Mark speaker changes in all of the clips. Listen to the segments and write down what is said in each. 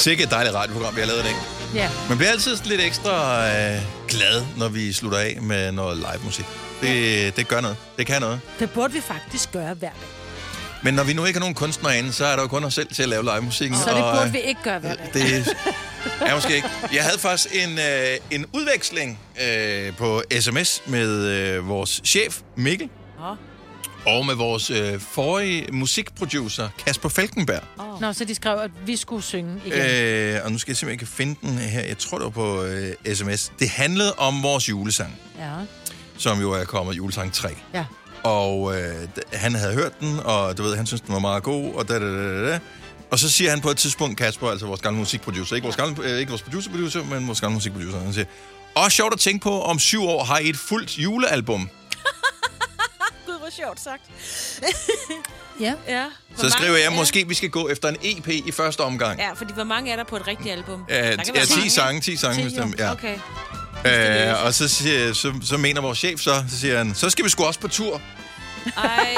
Speaker 1: Sikkert et dejligt radioprogram, vi har lavet i dag.
Speaker 2: Ja.
Speaker 1: Man bliver altid lidt ekstra glad, når vi slutter af med noget live musik. Det gør noget. Det kan noget.
Speaker 2: Det burde vi faktisk gøre hver dag.
Speaker 1: Men når vi nu ikke har nogen kunstnere inde, så er der jo kun os selv til at lave live-musikken.
Speaker 2: Så det burde vi ikke gøre hver dag.
Speaker 1: Det er måske ikke. Jeg havde faktisk en udveksling på sms med vores chef, Mikkel. Og med vores forrige musikproducer, Kasper Falkenberg.
Speaker 2: Nå, så de skrev, at vi skulle synge igen.
Speaker 1: Og nu skal jeg se, om jeg kan finde den her. Jeg tror, det var på sms. Det handlede om vores julesang, som jo er kommet julesang 3.
Speaker 2: Ja.
Speaker 1: Og han havde hørt den, og du ved, han synes den var meget god, og da. Og så siger han på et tidspunkt, Kasper, altså vores gamle musikproducer, ikke vores producer, men vores gamle musikproducer, han siger, sjovt at tænke på, om 7 år har I et fuldt julealbum.
Speaker 3: Gud, hvor sjovt sagt.
Speaker 2: Ja.
Speaker 1: Så skriver jeg, måske vi skal gå efter en EP i første omgang.
Speaker 3: Ja, fordi hvor mange er der på et rigtigt album?
Speaker 1: 10 sange, bestemt. Ja.
Speaker 3: Okay.
Speaker 1: Og så mener vores chef så siger han, så skal vi sgu også på tur.
Speaker 3: Ej,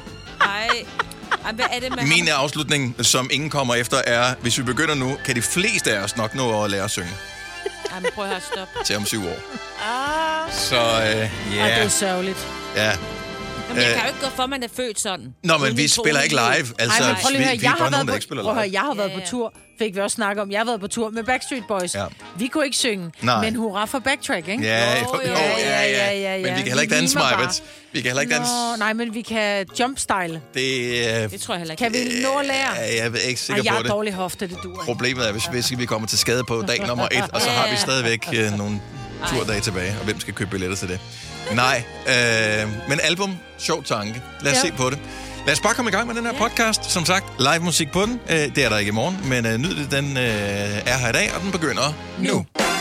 Speaker 3: hvad er det med
Speaker 1: Min afslutning, som ingen kommer efter, er, hvis vi begynder nu, kan de fleste af os nok nå at lære at synge.
Speaker 3: Ej, men prøv at høre, stop.
Speaker 1: Til om 7 år. Så
Speaker 2: Og det er sørgeligt.
Speaker 1: Ja.
Speaker 3: Jamen, jeg kan jo ikke gå for, at man er født sådan.
Speaker 1: Nå, men vi spiller ikke live. Altså,
Speaker 2: Ej, men prøv lige at høre, jeg har været
Speaker 3: Ja.
Speaker 2: på tur. Fik vi også snakke om. Jeg har været på tur med Backstreet Boys.
Speaker 1: Ja.
Speaker 2: Vi kunne ikke synge,
Speaker 1: Nej.
Speaker 2: men hurra for backtrack, ikke?
Speaker 1: Ja. Men vi kan heller ikke danse, Majbert. Vi kan heller ikke danse.
Speaker 2: Nej, men vi kan jumpstyle.
Speaker 3: Det tror jeg heller ikke.
Speaker 2: Kan vi nå at lære?
Speaker 1: Jeg er ikke sikker
Speaker 2: jeg
Speaker 1: på
Speaker 2: er
Speaker 1: det.
Speaker 2: dårlig hofte, det duer.
Speaker 1: Problemet er, hvis vi kommer til skade på dag nummer 1, og så har vi stadigvæk nogle turdage tilbage, og hvem skal købe billetter til det? Nej, men album, sjov tanke. Lad os se på det. Lad os bare komme i gang med den her podcast. Som sagt, live musik på den. Det er der ikke i morgen, men nyd det, den er her i dag, og den begynder nu.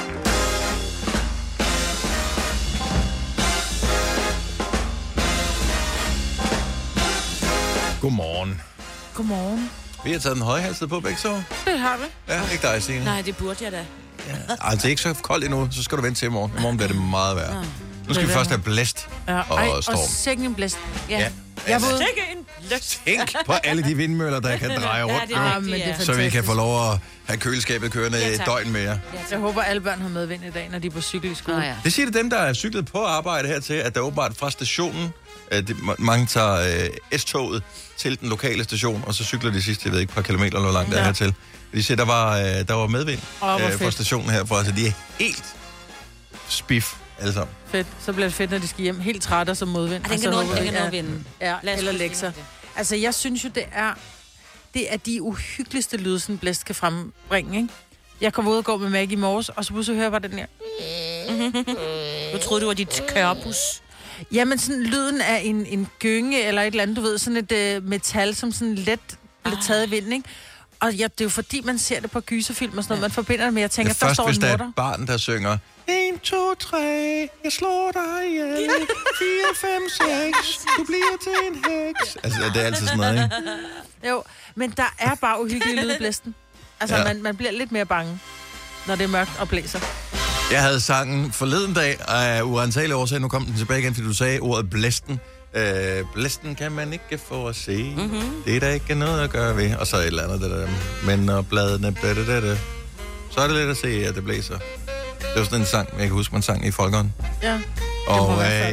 Speaker 2: Godmorgen.
Speaker 1: Vi har taget den højhalsede på begge så.
Speaker 2: Det har vi.
Speaker 1: Ja, ikke dig, Signe.
Speaker 3: Nej, det burde jeg da.
Speaker 1: Ja. Altså ikke så koldt endnu, så skal du vente til i morgen. I morgen bliver det meget værre. Nu skal vi først have blæst og storm.
Speaker 2: Og sikke en blæst.
Speaker 1: Ja.
Speaker 2: Jeg var ude.
Speaker 1: Tænk på alle de vindmøller, der kan dreje rundt nu, så vi kan få lov at have køleskabet kørende et døgn mere.
Speaker 2: Jeg håber, alle børn har medvind i dag, når de er på cykel i skole.
Speaker 1: Det siger det dem, der er cyklet på arbejde hertil, at der åbenbart fra stationen, mange tager S-toget til den lokale station, og så cykler de sidste, jeg ved ikke, par kilometer eller hvor langt der er hertil. De siger, der var medvind fra stationen herfra, så de er helt spiff alle sammen.
Speaker 2: Fedt. Så bliver det fedt, når de skal hjem helt trætte og så modvind.
Speaker 3: Den kan nå vinde.
Speaker 2: Ja, eller lektier. Altså, jeg synes jo, det er de uhyggeligste lyde, sådan blæst kan frembringe, ikke? Jeg kom ud og gå med Maggie i morges, og så pludselig hører jeg bare den her.
Speaker 3: Du troede, du var dit kørbus.
Speaker 2: Jamen, sådan lyden af en gynge eller et eller andet, du ved, sådan et metal, som sådan let bliver taget i vinden, ikke? Og det er jo fordi, man ser det på gyserfilm og sådan noget, man forbinder det med, jeg tænker,
Speaker 1: først, hvis der er et barn, der synger 1, 2, 3, jeg slår dig ihjel, 4, 5, 6, du bliver til en heks. Altså, det er altid sådan noget, ikke?
Speaker 2: Jo, men der er bare uhyggelig lyd i blæsten. Altså, man bliver lidt mere bange, når det er mørkt og blæser.
Speaker 1: Jeg havde sangen forleden dag af uantagelige årsager. Nu kom den tilbage igen, fordi du sagde ordet blæsten. Blæsten kan man ikke få at se. Mm-hmm. Det er der ikke noget at gøre ved. Og så et eller andet det der. Men når bladene så er det lidt at se, at det blæser. Det var sådan en sang, jeg kan huske, man sang i Folkeånd.
Speaker 2: Ja.
Speaker 1: Og ja.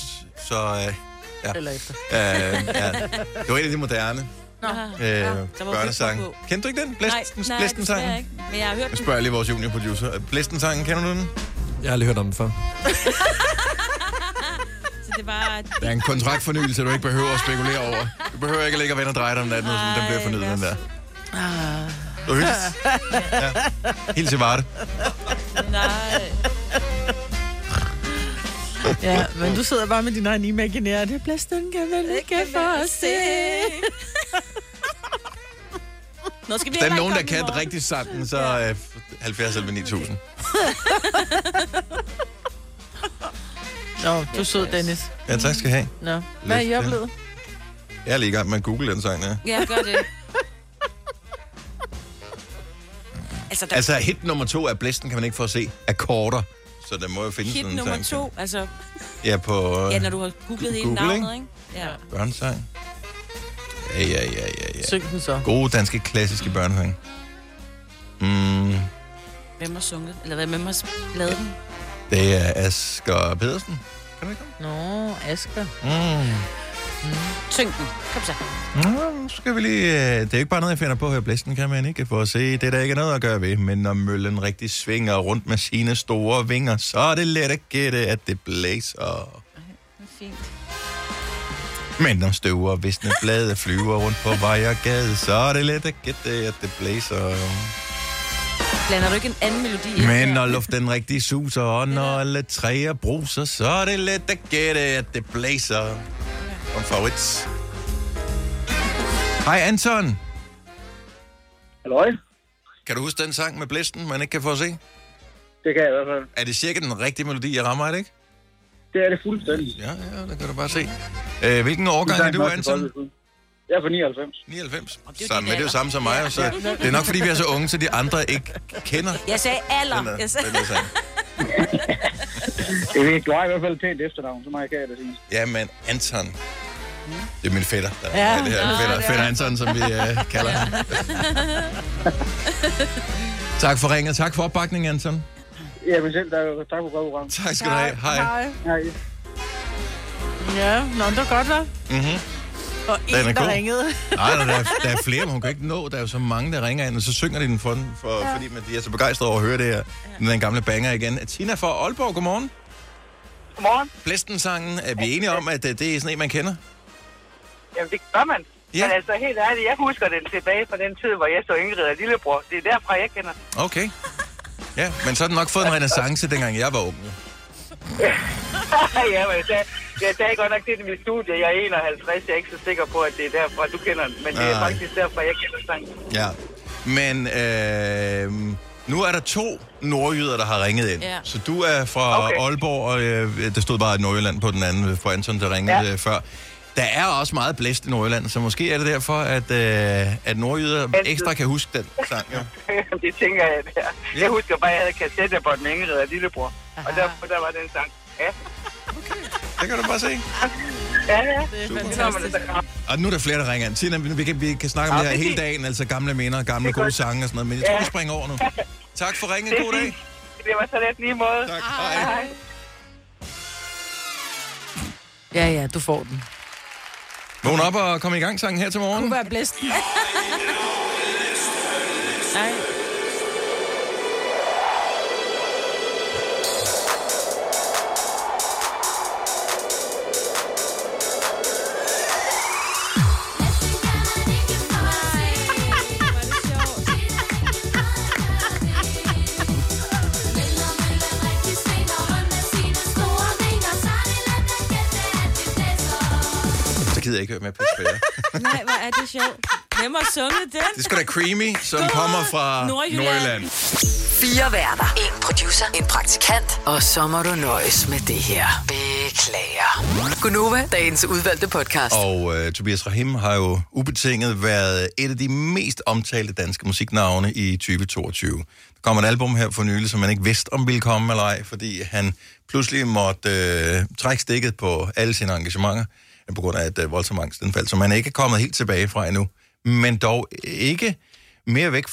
Speaker 2: Eller efter.
Speaker 1: Det var en af de moderne børnesange. Kendte du ikke den? Blæsten-sangen?
Speaker 3: Nej, men jeg har hørt den.
Speaker 1: Jeg spørger lige vores juniorproducer. Blæsten-sangen, kender du den?
Speaker 4: Jeg har aldrig hørt om den før.
Speaker 3: Så det var...
Speaker 1: Der er en kontraktfornyelse, du ikke behøver at spekulere over. Du behøver ikke at ligge og vende og dreje dig om natten, så den bliver fornyet, den der. Du hyggeligt. Ja. Helt til Varte.
Speaker 3: Nej.
Speaker 2: Ja, men du sidder bare med din egen imaginære. Det blæsten kan man ikke få at se.
Speaker 3: Nå, skal vi
Speaker 1: der er nogen, der kan rigtig sangen, så 70 eller 9000.
Speaker 2: Nå, du er sød, Dennis.
Speaker 1: Ja, tak skal I have.
Speaker 2: Nå, hvad er I oplevet?
Speaker 1: Jeg er lige i gang med at google den sang, ja.
Speaker 3: Ja, gør det.
Speaker 1: Altså, hit nummer 2 af Blæsten kan man ikke få at se akkorder. Så der må jo findes
Speaker 3: hit
Speaker 1: sådan en
Speaker 3: nummer
Speaker 1: sang.
Speaker 3: 2, altså...
Speaker 1: Ja, på...
Speaker 3: Ja, når du har googlet hele navnet, ikke? Ja.
Speaker 1: Børnesang. Ja.
Speaker 2: Syng den så.
Speaker 1: Gode danske klassiske børnesang.
Speaker 3: Hvem har sunget? Eller hvem har lavet den?
Speaker 1: Det er Asger Pedersen. Kan det ikke?
Speaker 2: Nå, Asger.
Speaker 3: Tyngden. Kom så.
Speaker 1: Nu skal vi lige... Det er ikke bare noget, jeg finder på her. Blæsten kan man ikke få at se. Det er der ikke noget at gøre ved. Men når møllen rigtig svinger rundt med sine store vinger, så er det let at gætte, at det blæser.
Speaker 3: Fint.
Speaker 1: Men når støver og visne blade flyver rundt på vej og gade, så er det let at gætte, at det blæser.
Speaker 3: Blander du ikke en anden melodi ind?
Speaker 1: Men når luften rigtig suser, og når alle træer bruser, så er det let at gætte, at det blæser. Og favorit. Hej Anton.
Speaker 4: Halløj.
Speaker 1: Kan du huske den sang med blæsten, man ikke kan få at se?
Speaker 4: Det kan jeg i hvert fald.
Speaker 1: Er det cirka den rigtige melodi, jeg rammer, er det ikke?
Speaker 4: Det er det fuldstændig.
Speaker 1: Ja, det kan du bare se. Hvilken årgang er du, Anton?
Speaker 4: Jeg er fra 99.
Speaker 1: 99? Så, men det er jo samme som mig, så det er nok, fordi vi er så unge, så de andre ikke kender.
Speaker 3: Jeg sagde alder.
Speaker 4: Jeg ved, du har i hvert fald et pænt efternavn, så meget kan jeg det sige.
Speaker 1: Ja, men Anton. Det er min fætter. Det her fætter Anton, som vi kalder ham. Tak for ringet. Tak for opbakningen, Anton.
Speaker 4: Jamen selv, tak for godt program.
Speaker 1: Tak skal du have. Hej.
Speaker 4: Hej.
Speaker 2: Ja, det var godt, hva'?
Speaker 1: Mhm.
Speaker 2: Og en, der ringede.
Speaker 1: Nej, der er flere, men hun kan ikke nå. Der er jo så mange, der ringer ind, og så synger de den fordi de er så begejstrede over at høre det her. Den gamle banger igen. Tina fra Aalborg, godmorgen.
Speaker 5: Godmorgen.
Speaker 1: Blæsten-sangen, er vi enige om, at det er sådan en, man kender?
Speaker 5: Jamen, det gør man.
Speaker 1: Ja.
Speaker 5: Men altså, helt ærligt, jeg husker den tilbage fra den tid, hvor jeg så Ingrid og Lillebror. Det er derfra, jeg kender.
Speaker 1: Okay. Ja, men så har den nok fået en renaissance, dengang jeg var ung.
Speaker 5: Ja, men jeg sagde godt nok til i mit studie. Jeg er 51, jeg er ikke så sikker på, at det er derfra, du kender den. Men det er faktisk derfra, jeg kender sangen.
Speaker 1: Ja, men nu er der 2 nordjyder, der har ringet ind.
Speaker 3: Ja.
Speaker 1: Så du er fra Aalborg, og der stod bare Nordjylland på den anden, for Anton, der ringede før. Der er også meget blæst i Nordjylland, så måske er det derfor, at nordjyder ekstra kan huske den sang. Ja.
Speaker 5: Det tænker jeg, det er. Jeg husker bare, at jeg havde kassettebånd med Ingrid og Lillebror. Og der var den sang. Ja.
Speaker 1: Okay, det kan du bare se.
Speaker 5: Ja.
Speaker 2: Det er fantastisk.
Speaker 1: Og nu er der flere, der ringer ind. Tina, vi kan snakke om det her hele dagen, altså gamle minder, gamle gode sange og sådan noget, men jeg tror, vi springer over nu. Tak for ringen. God dag.
Speaker 5: Det var så let lige måde.
Speaker 1: Tak. Hej.
Speaker 2: Ja, du får den.
Speaker 1: Vågn op og kom i gang sangen her til morgen.
Speaker 2: Kunne være blæsten.
Speaker 3: Nej.
Speaker 1: Så gider jeg ikke høre med pisse.
Speaker 3: Nej, hvor er det sjovt. Hvem har sunget den?
Speaker 1: Det er sgu da Creamy, som kommer fra Nordjylland.
Speaker 6: 4 værter. 1 producer. 1 praktikant. Og så må du nøjes med det her. Beklager. Gunova, dagens udvalgte podcast.
Speaker 1: Og Tobias Rahim har jo ubetinget været et af de mest omtalte danske musiknavne i 2022. Der kommer et album her for nylig, som man ikke vidste om ville komme eller ej, fordi han pludselig måtte trække stikket på alle sine engagementer på grund af et voldsomt angstanfald, som han ikke er kommet helt tilbage fra endnu. Men dog ikke mere væk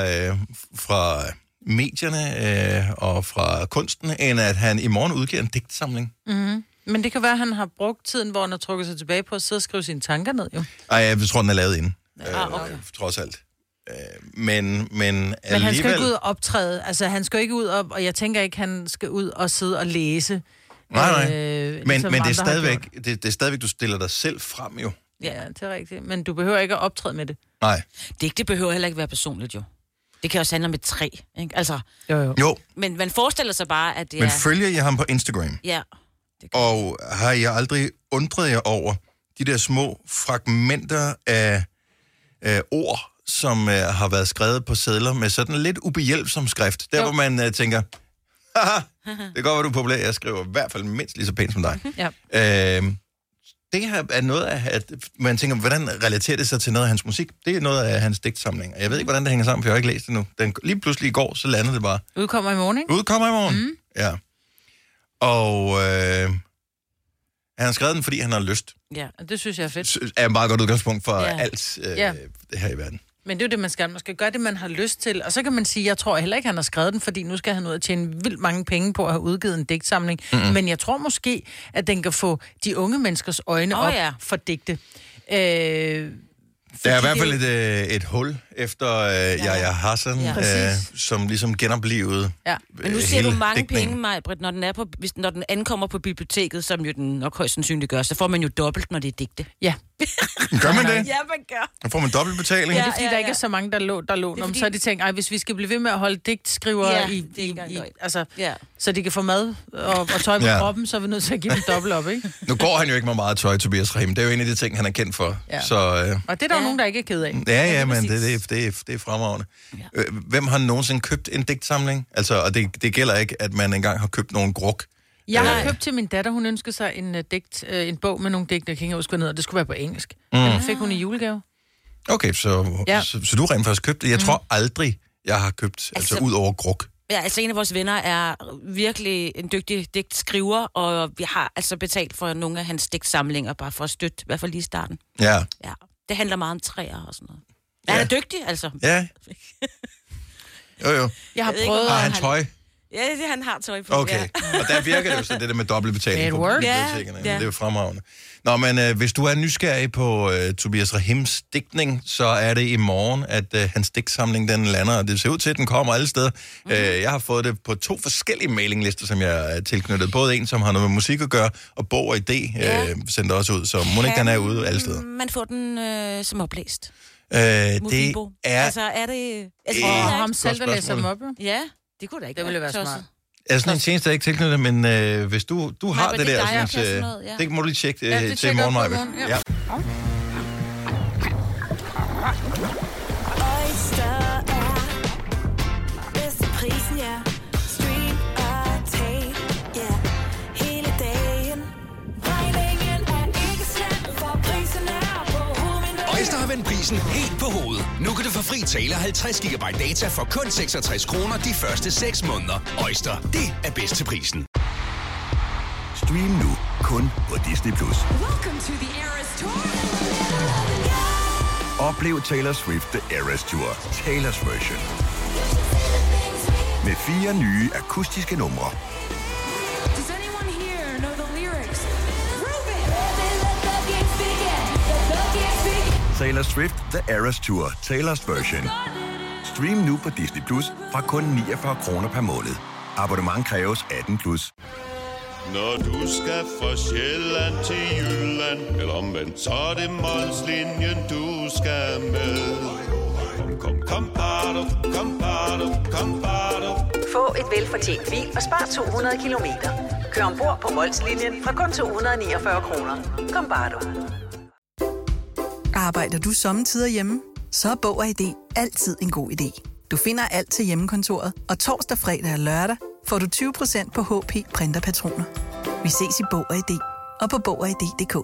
Speaker 1: fra medierne og fra kunsten, end at han i morgen udgiver en digtsamling.
Speaker 2: Mm-hmm. Men det kan være, at han har brugt tiden, hvor han har trukket sig tilbage på at sidde og skrive sine tanker ned, jo.
Speaker 1: Ej, jeg tror, den er lavet inden.
Speaker 2: Okay.
Speaker 1: Trods alt. Men
Speaker 2: alligevel... Men han skal ikke ud og optræde. Altså, han skal ikke ud og jeg tænker ikke, han skal ud og sidde og læse.
Speaker 1: Nej.
Speaker 2: Ligesom
Speaker 1: men det er stadigvæk, du stiller dig selv frem, jo.
Speaker 2: Ja, det er rigtigt. Men du behøver ikke at optræde med det.
Speaker 1: Nej.
Speaker 3: Det behøver heller ikke være personligt, jo. Det kan også handle om et træ, ikke? Altså,
Speaker 1: jo.
Speaker 3: Men man forestiller sig bare, at det
Speaker 1: Men følger jeg ham på Instagram?
Speaker 3: Ja.
Speaker 1: Og har jeg aldrig undret jer over de der små fragmenter af ord, som har været skrevet på sedler med sådan lidt ubehjælpsom skrift. Der, hvor man tænker, haha, det kan godt være, du er populær. Jeg skriver i hvert fald mindst lige så pænt som dig.
Speaker 2: Ja.
Speaker 1: Det her er noget af, at man tænker, hvordan relaterer det sig til noget af hans musik? Det er noget af hans digtsamling. Jeg ved ikke, hvordan det hænger sammen, for jeg har ikke læst det nu. Lige pludselig i går, så landede det bare.
Speaker 2: Udkommer i morgen, ikke?
Speaker 1: Udkommer i morgen, ja. Og han har skrevet den, fordi han har lyst.
Speaker 2: Ja, det synes jeg er fedt.
Speaker 1: Er et meget godt udgangspunkt for alt det her i verden.
Speaker 2: Men det er jo det, man skal. Man skal gøre det, man har lyst til. Og så kan man sige, jeg tror heller ikke, han har skrevet den, fordi nu skal han ud og tjene vildt mange penge på at have udgivet en digtsamling. Mm-hmm. Men jeg tror måske, at den kan få de unge menneskers øjne op for digte.
Speaker 1: Der er i hvert fald et hul efter Yahya Hassan, som ligesom genoplevede.
Speaker 3: Ja. Men nu ser du mange penge, Maj-Brit, når den ankommer på biblioteket, som jo den nok højst sandsynligt gør, så får man jo dobbelt, når det er digte.
Speaker 2: Ja.
Speaker 1: Gør man det?
Speaker 3: Ja, man gør.
Speaker 1: Så får man dobbeltbetaling?
Speaker 2: Ja, det er fordi, der ikke er så mange, der låner dem. Så har de tænkt, hvis vi skal blive ved med at holde digtskrivere så de kan få mad og tøj på kroppen, så er vi nødt til at give dem dobbelt op, ikke?
Speaker 1: Nu går han jo ikke med meget tøj, Tobias Rahim. Det er jo en af de ting, han er kendt for.
Speaker 2: Ja.
Speaker 1: Så,
Speaker 2: og det er der jo nogen, der ikke er ked af.
Speaker 1: Ja, men det er fremragende. Ja. Hvem har nogensinde købt en digtsamling? Altså, og det gælder ikke, at man engang har købt nogle gruk.
Speaker 2: Jeg har købt til min datter, hun ønskede sig en bog med nogle digte, jeg kan ikke huske ned, og det skulle være på engelsk. Den fik hun i julegave.
Speaker 1: Okay, så du rent faktisk købte det. Jeg tror aldrig, jeg har købt, altså ud over gruk.
Speaker 3: Ja, altså en af vores venner er virkelig en dygtig digtskriver, og vi har altså betalt for nogle af hans digtsamlinger, bare for at støtte, i hvert fald lige i starten.
Speaker 1: Ja.
Speaker 3: Det handler meget om træer og sådan noget. Ja. Han er dygtig, altså.
Speaker 1: Ja. Jo.
Speaker 2: Jeg har prøvet...
Speaker 1: Har han tøj?
Speaker 3: Ja, han har tøj på.
Speaker 1: Okay, og der virker det jo så det der med dobbeltbetaling på bibliotekerne. Det er jo fremragende. Nå, men hvis du er nysgerrig på Tobias Rahims digtning, så er det i morgen, at hans digtsamling den lander, og det ser ud til, at den kommer alle steder. Jeg har fået det på 2 forskellige mailinglister, som jeg er tilknyttet. Både en, som har noget med musik at gøre, og bog og idé sendt også ud, så må ikke den er ude alle steder.
Speaker 3: Man får den som oplæst.
Speaker 1: Det er...
Speaker 3: Altså, er det...
Speaker 2: ham selv, der læser dem op, jo?
Speaker 3: Ja. Det kunne da ikke.
Speaker 2: Det ville være smart.
Speaker 1: Er sådan en tjeneste, der ikke tilknyttet, men hvis du har det der, det må du lige tjekke til morgen, Maja. Ja.
Speaker 7: Øjster har vendt prisen helt på hovedet. Nu kan du få fri tale 50 GB data for kun 66 kroner de første 6 måneder. Øjster, det er bedst til prisen.
Speaker 8: Stream nu kun på Disney+. Oplev Taylor Swift The Eras Tour, Taylor's version. Med 4 nye akustiske numre. Taylor Swift The Eras Tour, Taylor's version. Stream nu på Disney Plus fra kun 49 kroner per måned. Abonnement kræves 18 plus.
Speaker 9: Når du skal fra Sjælland til Jylland, eller omvendt, så er det Molslinjen, du skal med. Kom, bado, kom, bado.
Speaker 6: Få et velfortjent bil og spar 200 kilometer. Kør ombord på Molslinjen fra kun 249 kroner. Kom, bado.
Speaker 10: Arbejder du sommetider hjemme? Så er Bog og ID altid en god idé. Du finder alt til hjemmekontoret, og torsdag, fredag og lørdag får du 20% på HP printerpatroner. Vi ses i Bog og ID og på Bog og ID.dk.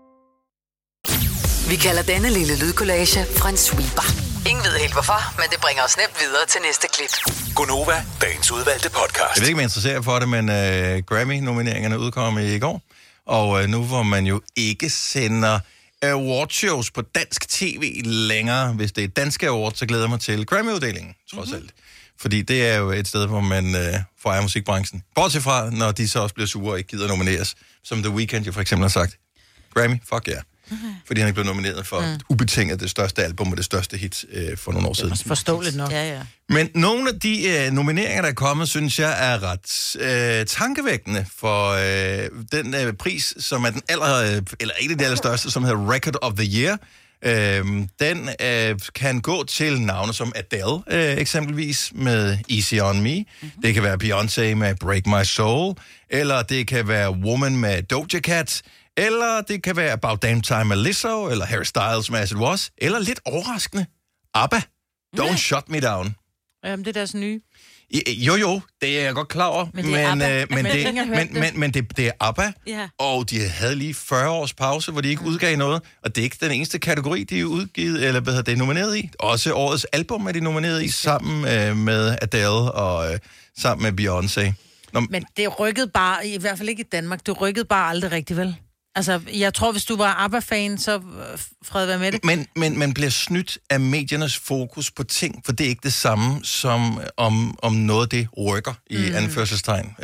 Speaker 6: Vi kalder denne lille lydkollage en sweeper. Ingen ved helt hvorfor, men det bringer os nemt videre til næste klip.
Speaker 7: Gonova, dagens udvalgte podcast.
Speaker 1: Jeg ved ikke, om jeg interesserer for det, men Grammy-nomineringerne udkom i går. Og nu hvor man jo ikke sender awardshows på dansk tv længere. Hvis det er danske awards, så glæder jeg mig til Grammy-uddelingen, trods alt. Fordi det er jo et sted, hvor man fejrer musikbranchen. Bortset fra, når de så også bliver sure og ikke gider nomineres. Som The Weeknd jo for eksempel har sagt. Grammy, fuck yeah. Fordi han ikke blev nomineret for ubetinget det største album og det største hit for nogle år siden.
Speaker 2: Forståeligt nok.
Speaker 3: Ja.
Speaker 1: Men nogle af de nomineringer, der er kommet, synes jeg er ret tankevækkende for den pris, som er den eller en af de allerstørste, som hedder Record of the Year. Den kan gå til navne som Adele, eksempelvis med Easy on Me. Det kan være Beyoncé med Break My Soul. Eller det kan være Woman med Doja Cat. Eller det kan være About Damn Time med Lizzo. Eller Harry Styles med As It Was. Eller lidt overraskende, ABBA. Don't Shut Me Down.
Speaker 2: Jamen, det er deres nye.
Speaker 1: Jo, det er jeg godt klar over. Men det er ABBA, og de havde lige 40 års pause, hvor de ikke udgav noget, og det er ikke den eneste kategori, de er udgivet, eller hvad hedder det, nomineret i. Også årets album er de nomineret i, sammen med Adele og sammen med Beyoncé.
Speaker 2: Men det rykkede bare, i hvert fald ikke i Danmark, det rykkede bare aldrig rigtig vel. Altså, jeg tror, hvis du var ABBA-fan, så fred være med det.
Speaker 1: Men man bliver snydt af mediernes fokus på ting, for det er ikke det samme som om noget det rykker i anførselstegn.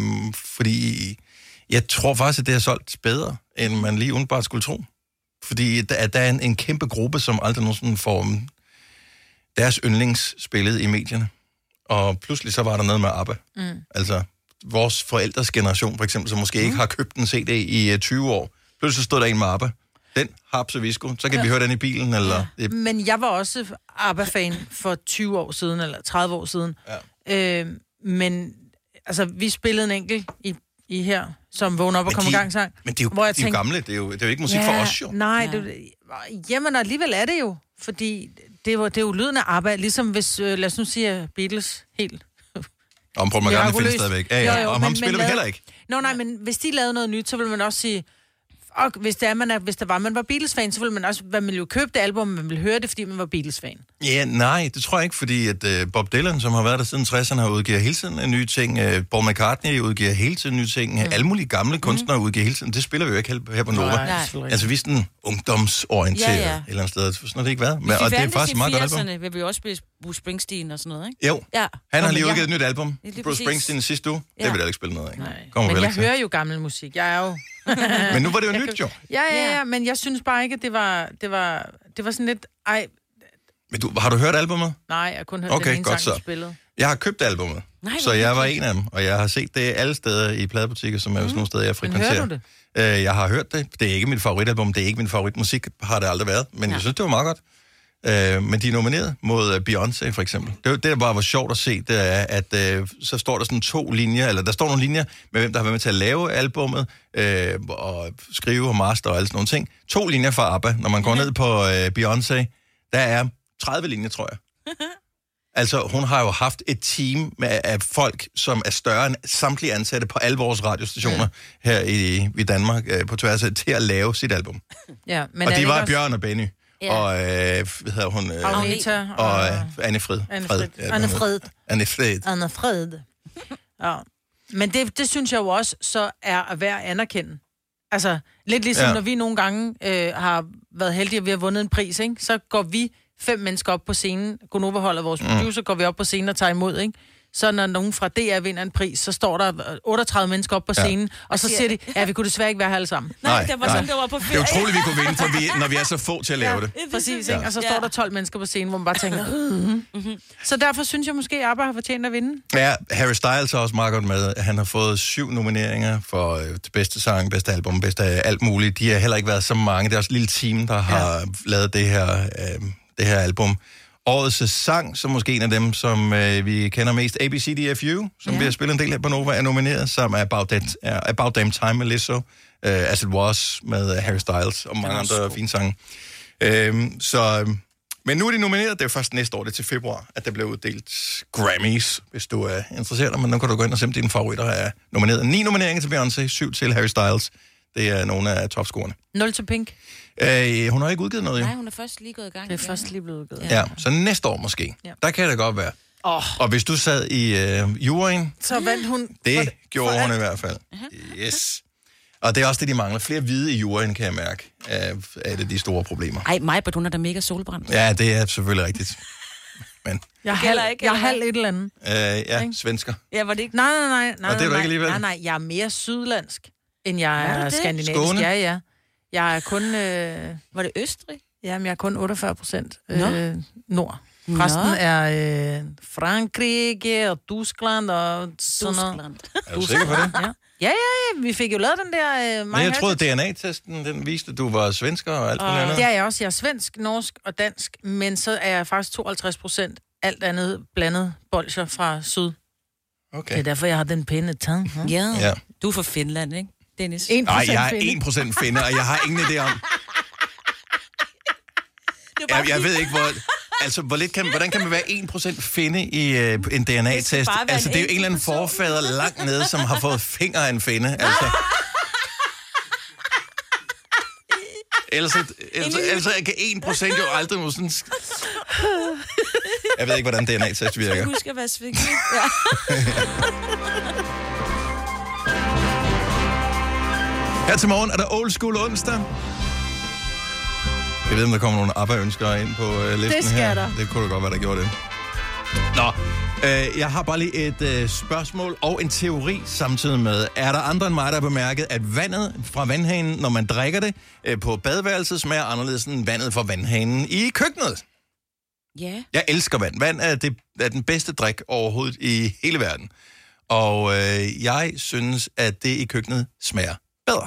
Speaker 1: Fordi jeg tror faktisk, at det har solgt bedre, end man lige umiddelbart skulle tro. Fordi der er en kæmpe gruppe, som aldrig nogensinde får deres yndlingsspillet i medierne. Og pludselig så var der noget med ABBA. Altså vores forældres generation, for eksempel, som måske ikke har købt en CD i 20 år. Pludselig stod der en med ABBA. Den Haps og Visco. Så kan vi høre den i bilen, eller...
Speaker 2: Ja. Men jeg var også ABBA-fan for 20 år siden, eller 30 år siden. Ja. Men altså, vi spillede en enkelt i her, som vågner op og kommer i gang sang.
Speaker 1: Men det er jo, gamle. Det er jo ikke musik for os, jo.
Speaker 2: Nej, jamen alligevel er det jo. Fordi det er jo lyden af ABBA, ligesom hvis, lad os nu sige, Beatles helt...
Speaker 1: Om Paul McCartney findes stadigvæk. Ja.
Speaker 2: Jo,
Speaker 1: om ham spiller vi heller ikke.
Speaker 2: Nej, men hvis de lavede noget nyt, så vil man også sige... Og hvis man var Beatles-fan, så ville man også... Man ville jo købe det album, man ville høre det, fordi man var Beatles-fan.
Speaker 1: Ja, nej, det tror jeg ikke, fordi at Bob Dylan, som har været der siden 60'erne, har udgivet hele tiden en ny ting. Paul McCartney udgiver hele tiden nye ting. Alle mulige gamle kunstnere udgiver hele tiden. Det spiller vi jo ikke her på Nova. Nej. Altså, vi er sådan ungdomsorienteret et eller andet sted. Sådan har det ikke været. Men, og det er faktisk meget godt album.
Speaker 3: Vil vi også spille Bruce Springsteen og sådan noget, ikke?
Speaker 1: Jo. Ja. Han har lige udgivet et nyt album. Bruce Springsteen sidste uge. Det vil jeg ikke spille noget af.
Speaker 2: Men jeg hører jo gammel musik. Jeg er jo...
Speaker 1: Men nu var det jo nyt, jo.
Speaker 2: Ja, men jeg synes bare ikke, at det var sådan lidt...
Speaker 1: Men har du hørt albumet?
Speaker 2: Nej, jeg har kun hørt den ene sang, du spillede.
Speaker 1: Jeg har købt albumet, så jeg var en af dem, og jeg har set det alle steder i pladebutikker, som er jo sådan nogle steder, jeg frekventerer.
Speaker 2: Men hører du det?
Speaker 1: Jeg har hørt det. Det er ikke mit favoritalbum, det er ikke min favoritmusik, har det aldrig været, men jeg synes, det var meget godt. Men de er nomineret mod Beyoncé, for eksempel. Det der bare var sjovt at se, det er, at så står der sådan 2 linjer, eller der står nogle linjer med, hvem der har været med til at lave albummet, og skrive og master og alle sådan nogle ting. 2 linjer fra ABBA. Når man går ned på Beyoncé, der er 30 linjer, tror jeg. Altså, hun har jo haft et team af folk, som er større end samtlige ansatte på alle vores radiostationer her i Danmark, på tværs af, til at lave sit album.
Speaker 2: Ja, men
Speaker 1: og de var også... Bjørn og Benny. Ja. Og, hvad hedder hun?
Speaker 2: Agneta.
Speaker 1: Og Anne Frid.
Speaker 2: Anne Frid. Ja. Men det synes jeg jo også, så er værd at anerkende. Altså, lidt ligesom når vi nogle gange har været heldige, at vi har vundet en pris, ikke? Så går vi 5 mennesker op på scenen. Gonova-holder vores producer, går vi op på scenen og tager imod, ikke? Så når nogen fra DR vinder en pris, så står der 38 mennesker op på scenen, og så siger de, vi kunne desværre ikke være her alle sammen.
Speaker 3: Nej, det var sådan, det var på ferie.
Speaker 1: Det er utroligt, vi kunne vinde, når vi er så få til at lave det.
Speaker 2: Præcis, ikke? Og så står der 12 mennesker på scenen, hvor man bare tænker, Så derfor synes jeg måske, at ABBA har fortjent at vinde.
Speaker 1: Ja, Harry Styles er også meget godt med. Han har fået 7 nomineringer for bedste sang, bedste album, bedste alt muligt. De har heller ikke været så mange. Det er også et lille team, der har lavet det her album. Årets sang, som måske en af dem, som vi kender mest, ABCDFU, som vi har spillet en del af på Nova, er nomineret, som er About Damn Time med Lizzo, As It Was med Harry Styles og mange andre fine sange. Men nu er de nomineret, det er først næste år, det er til februar, at der bliver uddelt Grammys, hvis du er interesseret, men nu kan du gå ind og se, dine favoritter er nomineret. 9 nomineringer til Beyoncé, 7 til Harry Styles. Det er nogle af topscorerne.
Speaker 2: 0 til Pink.
Speaker 1: Hun har ikke udgivet noget, jo.
Speaker 3: Nej, hun er først lige gået i gang.
Speaker 2: Det er først lige blevet udgivet.
Speaker 1: Ja, så næste år måske. Ja. Der kan det godt være. Og hvis du sad i juryen...
Speaker 2: Så vandt hun...
Speaker 1: Det gjorde hun i hvert fald. Yes. Og det er også det, de mangler. Flere hvide i juryen, kan jeg mærke, er det de store problemer.
Speaker 3: Ej, Majbert, hun er da mega solbrændt.
Speaker 1: Ja, det er selvfølgelig rigtigt. Men...
Speaker 2: Jeg er halv et eller andet.
Speaker 1: Svensker.
Speaker 3: Ja, var det ikke?
Speaker 2: Nej.
Speaker 1: Og det er du ikke alligevel?
Speaker 2: Nej, jeg er mere sydlandsk, end jeg er skandinavisk. Skåne? Ja. Jeg er kun...
Speaker 3: Var det Østrig?
Speaker 2: Jamen, jeg er kun 48% nord. Resten er Frankrig og Tyskland og sådan noget.
Speaker 1: Er du sikker på det?
Speaker 2: Ja. Vi fik jo lavet den der...
Speaker 1: Men jeg troede, DNA-testen, den viste, at du var svensker og alt muligt andet.
Speaker 2: Det er jeg også. Jeg er svensk, norsk og dansk, men så er jeg faktisk 52% alt andet blandet bolsjer fra syd.
Speaker 1: Okay.
Speaker 2: Det er derfor, jeg har den pæne tand.
Speaker 3: Ja. Du er fra Finland, ikke, Dennis?
Speaker 1: Nej, jeg er 1% finne, og jeg har ingen idé om... Jeg ved ikke, hvordan kan man være 1% finde i en DNA-test? Altså, det er jo en eller anden forfader langt nede, som har fået finger af en finde. Altså. Ellers kan 1% jo aldrig må sådan... Jeg ved ikke, hvordan DNA-test virker.
Speaker 3: Jeg husker at være sving. Ja.
Speaker 1: Her til morgen er der Old School onsdag. Jeg ved, om der kommer nogle ABBA-ønsker ind på listen her.
Speaker 2: Det skal der.
Speaker 1: Det kunne da godt være, der gjorde det. Nå, jeg har bare lige et spørgsmål og en teori samtidig med. Er der andre end mig, der har bemærket, at vandet fra vandhanen, når man drikker det på badeværelset, smager anderledes end vandet fra vandhanen i køkkenet?
Speaker 3: Ja.
Speaker 1: Jeg elsker vand. Vand er den bedste drik overhovedet i hele verden. Og jeg synes, at det i køkkenet smager bedre.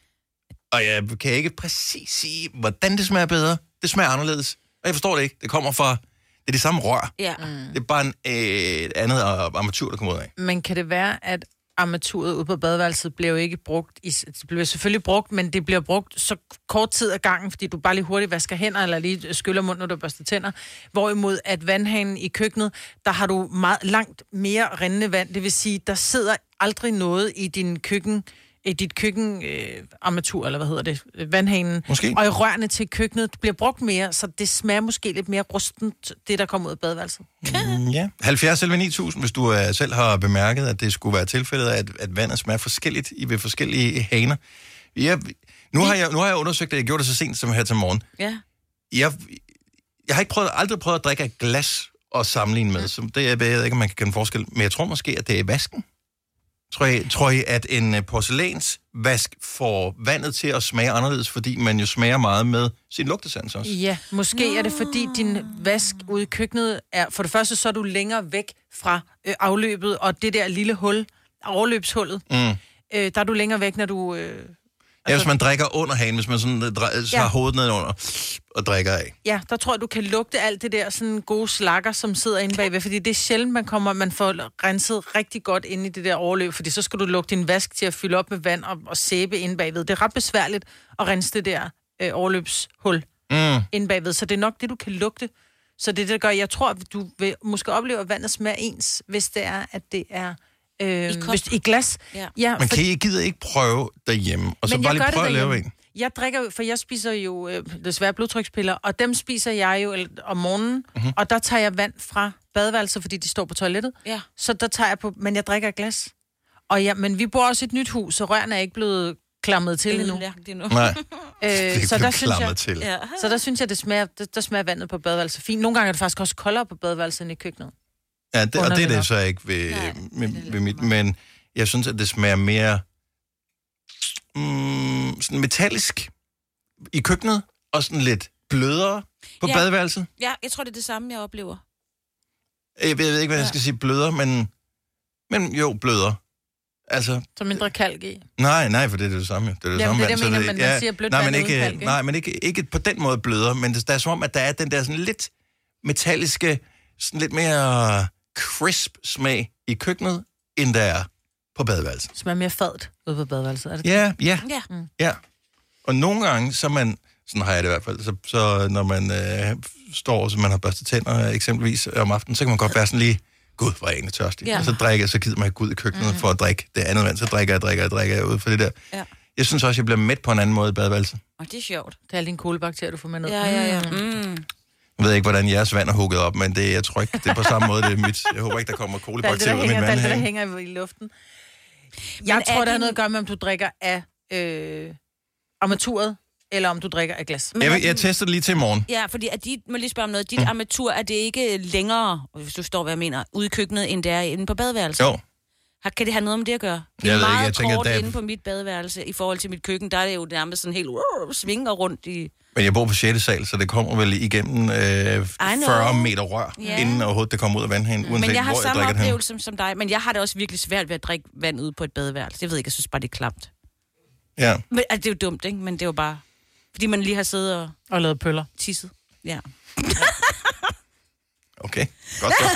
Speaker 1: Og jeg kan ikke præcis sige, hvordan det smager bedre. Det smager anderledes. Og jeg forstår det ikke. Det kommer fra... Det er det samme rør.
Speaker 3: Ja.
Speaker 1: Det er bare et andet armatur, der kommer ud af.
Speaker 2: Men kan det være, at armaturet ude på badeværelset bliver jo ikke brugt... Det bliver selvfølgelig brugt, men det bliver brugt så kort tid ad gangen, fordi du bare lige hurtigt vasker hænder, eller lige skyller mund, når du børster tænder. Hvorimod at vandhanen i køkkenet, der har du meget langt mere rindende vand. Det vil sige, der sidder aldrig noget i din dit køkkenarmatur, eller hvad hedder det, vandhanen.
Speaker 1: Måske.
Speaker 2: Og i rørene til køkkenet bliver brugt mere, så det smager måske lidt mere rustent, det der kommer ud af badeværelset.
Speaker 1: Ja. 70 eller 9000, hvis du selv har bemærket, at det skulle være tilfældet, at vandet smager forskelligt ved forskellige haner. Nu har jeg undersøgt det, jeg gjorde det så sent som her til morgen.
Speaker 3: Ja.
Speaker 1: Jeg har aldrig prøvet at drikke af glas og sammenligne med, så det jeg ved ikke, om man kan kende forskel, men jeg tror måske, at det er i vasken. Tror I, at en porcelænsvask får vandet til at smage anderledes, fordi man jo smager meget med sin lugtesans også?
Speaker 2: Ja, måske er det, fordi din vask ude i køkkenet er... For det første, så er du længere væk fra afløbet, og det der lille hul, overløbshullet, der er du længere væk, når du...
Speaker 1: Ja, hvis man drikker under hagen, hvis man sådan har hovedet ned under og drikker af.
Speaker 2: Ja, der tror jeg, du kan lugte alt det der sådan gode slakker, som sidder inde bagved, fordi det er sjældent, man får renset rigtig godt inde i det der overløb, fordi så skal du lukke din vask til at fylde op med vand og sæbe inde bagved. Det er ret besværligt at rense det der overløbshul inde bagved, så det er nok det, du kan lugte. Så det gør, jeg tror, at du vil måske opleve, at vandet smager ens, hvis det er, at det er... I glas. Ja,
Speaker 1: men gider ikke prøve derhjemme, og så bare lige prøve at lave en?
Speaker 2: Jeg drikker jo, for jeg spiser jo desværre blodtrykspiller, og dem spiser jeg jo om morgenen, og der tager jeg vand fra badeværelset, fordi de står på toilettet. Ja. Så der tager jeg på, men jeg drikker glas. Og men vi bor også i et nyt hus, så rørene er ikke blevet klamret til endnu.
Speaker 1: Nej,
Speaker 2: så der synes jeg, der smager vandet på badeværelset fint. Nogle gange er det faktisk også koldere på badeværelset end i køkkenet.
Speaker 1: Ja, og det er det så ikke ved mit, men jeg synes, at det smager mere sådan metallisk i køkkenet, og sådan lidt blødere på badeværelset.
Speaker 3: Ja, jeg tror, det er det samme, jeg oplever.
Speaker 1: Jeg ved ikke, hvad jeg skal sige blødere, men jo, blødere. Altså,
Speaker 2: så mindre kalk i?
Speaker 1: Nej, for det er det samme. Det er det samme
Speaker 2: vand. Det men man siger blødt vand uden kalk.
Speaker 1: Nej, men ikke på den måde blødere, men der er som om, at der er den der sådan lidt metalliske, sådan lidt mere crisp smag i køkkenet, end der er på badeværelset.
Speaker 2: Smager mere fadt ude på badeværelset, er det?
Speaker 1: Ja. Og nogle gange, så man, sådan har jeg det i hvert fald, så når man står, så man har børstet tænder eksempelvis om aftenen, så kan man godt være sådan lige, gud, hvor er jeg egentlig tørstig. Ja. Og så gider man ikke gå ud i køkkenet for at drikke det andet vand, så drikker jeg ud for det der. Ja. Jeg synes også, jeg bliver mæt på en anden måde i badeværelset.
Speaker 3: Og det er sjovt.
Speaker 2: Det er alle dine kolibakterier, du får med ned.
Speaker 3: Ja.
Speaker 1: Jeg ved ikke, hvordan jeres vand er hugget op, men jeg tror ikke, det er på samme måde, det er mit. Jeg håber ikke, der kommer kolibakterier ud af min vand her.
Speaker 2: Der hænger i luften. Jeg tror, der er noget at gøre med, om du drikker af armaturet, eller om du drikker af glas.
Speaker 1: Jeg tester det lige til i morgen.
Speaker 3: Ja, fordi må lige spørge om noget. Dit armatur, er det ikke længere, hvis du forstår, hvad jeg mener, ude i køkkenet, end det er inde på badeværelset?
Speaker 1: Jo.
Speaker 3: Kan det have noget om det at gøre? Det er meget kort inde på mit badeværelse i forhold til mit køkken. Der er det jo nærmest sådan helt svinger rundt i...
Speaker 1: Men jeg bor på 6. sal, så det kommer vel igennem 40 meter rør, inden overhovedet det kommer ud af vandhanen, uanset hvor jeg drikker det.
Speaker 3: Men jeg har samme oplevelse som dig, men jeg har det også virkelig svært ved at drikke vand ud på et badeværelse. Jeg ved ikke, jeg synes bare, det er klamt.
Speaker 1: Ja.
Speaker 3: Men, altså, det er jo dumt, ikke? Men det er jo bare... Fordi man lige har siddet
Speaker 2: og lavet pøller.
Speaker 3: Tisset, ja.
Speaker 1: Okay, godt så.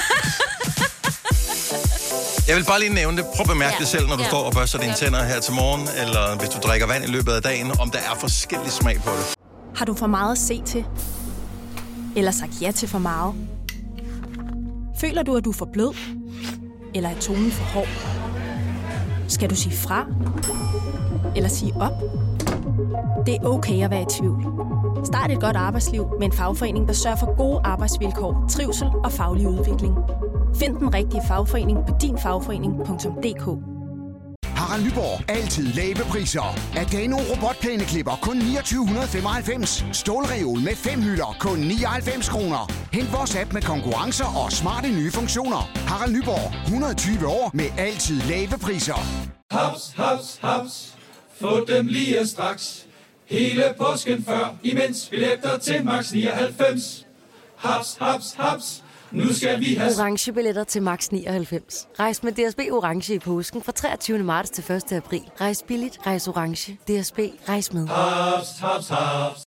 Speaker 1: Jeg vil bare lige nævne det. Prøv at bemærke det selv, når du står og børster dine tænder her til morgen, eller hvis du drikker vand i løbet af dagen, om der er forskellig smag på det.
Speaker 11: Har du for meget at se til? Eller sagt ja til for meget? Føler du, at du er for blød? Eller er tonen for hård? Skal du sige fra? Eller sige op? Det er okay at være i tvivl. Start et godt arbejdsliv med en fagforening, der sørger for gode arbejdsvilkår, trivsel og faglig udvikling. Find den rigtige fagforening på dinfagforening.dk.
Speaker 12: Harald Nyborg. Altid lave priser. Adano robotplæneklipper kun 2995. Stålreol med 5 hylder kun 99 kroner. Hent vores app med konkurrencer og smarte nye funktioner. Harald Nyborg. 120 år med altid lave priser.
Speaker 13: Haps, haps, haps. Få dem lige straks. Hele påsken før, imens billetter til max 99. Haps, haps, haps. Nu skal vi have
Speaker 14: orange billetter til max 99. Rejs med DSB orange i påsken fra 23. marts til 1. april. Rejs billigt, rejs orange. DSB, rejs med.
Speaker 13: haps, haps, haps.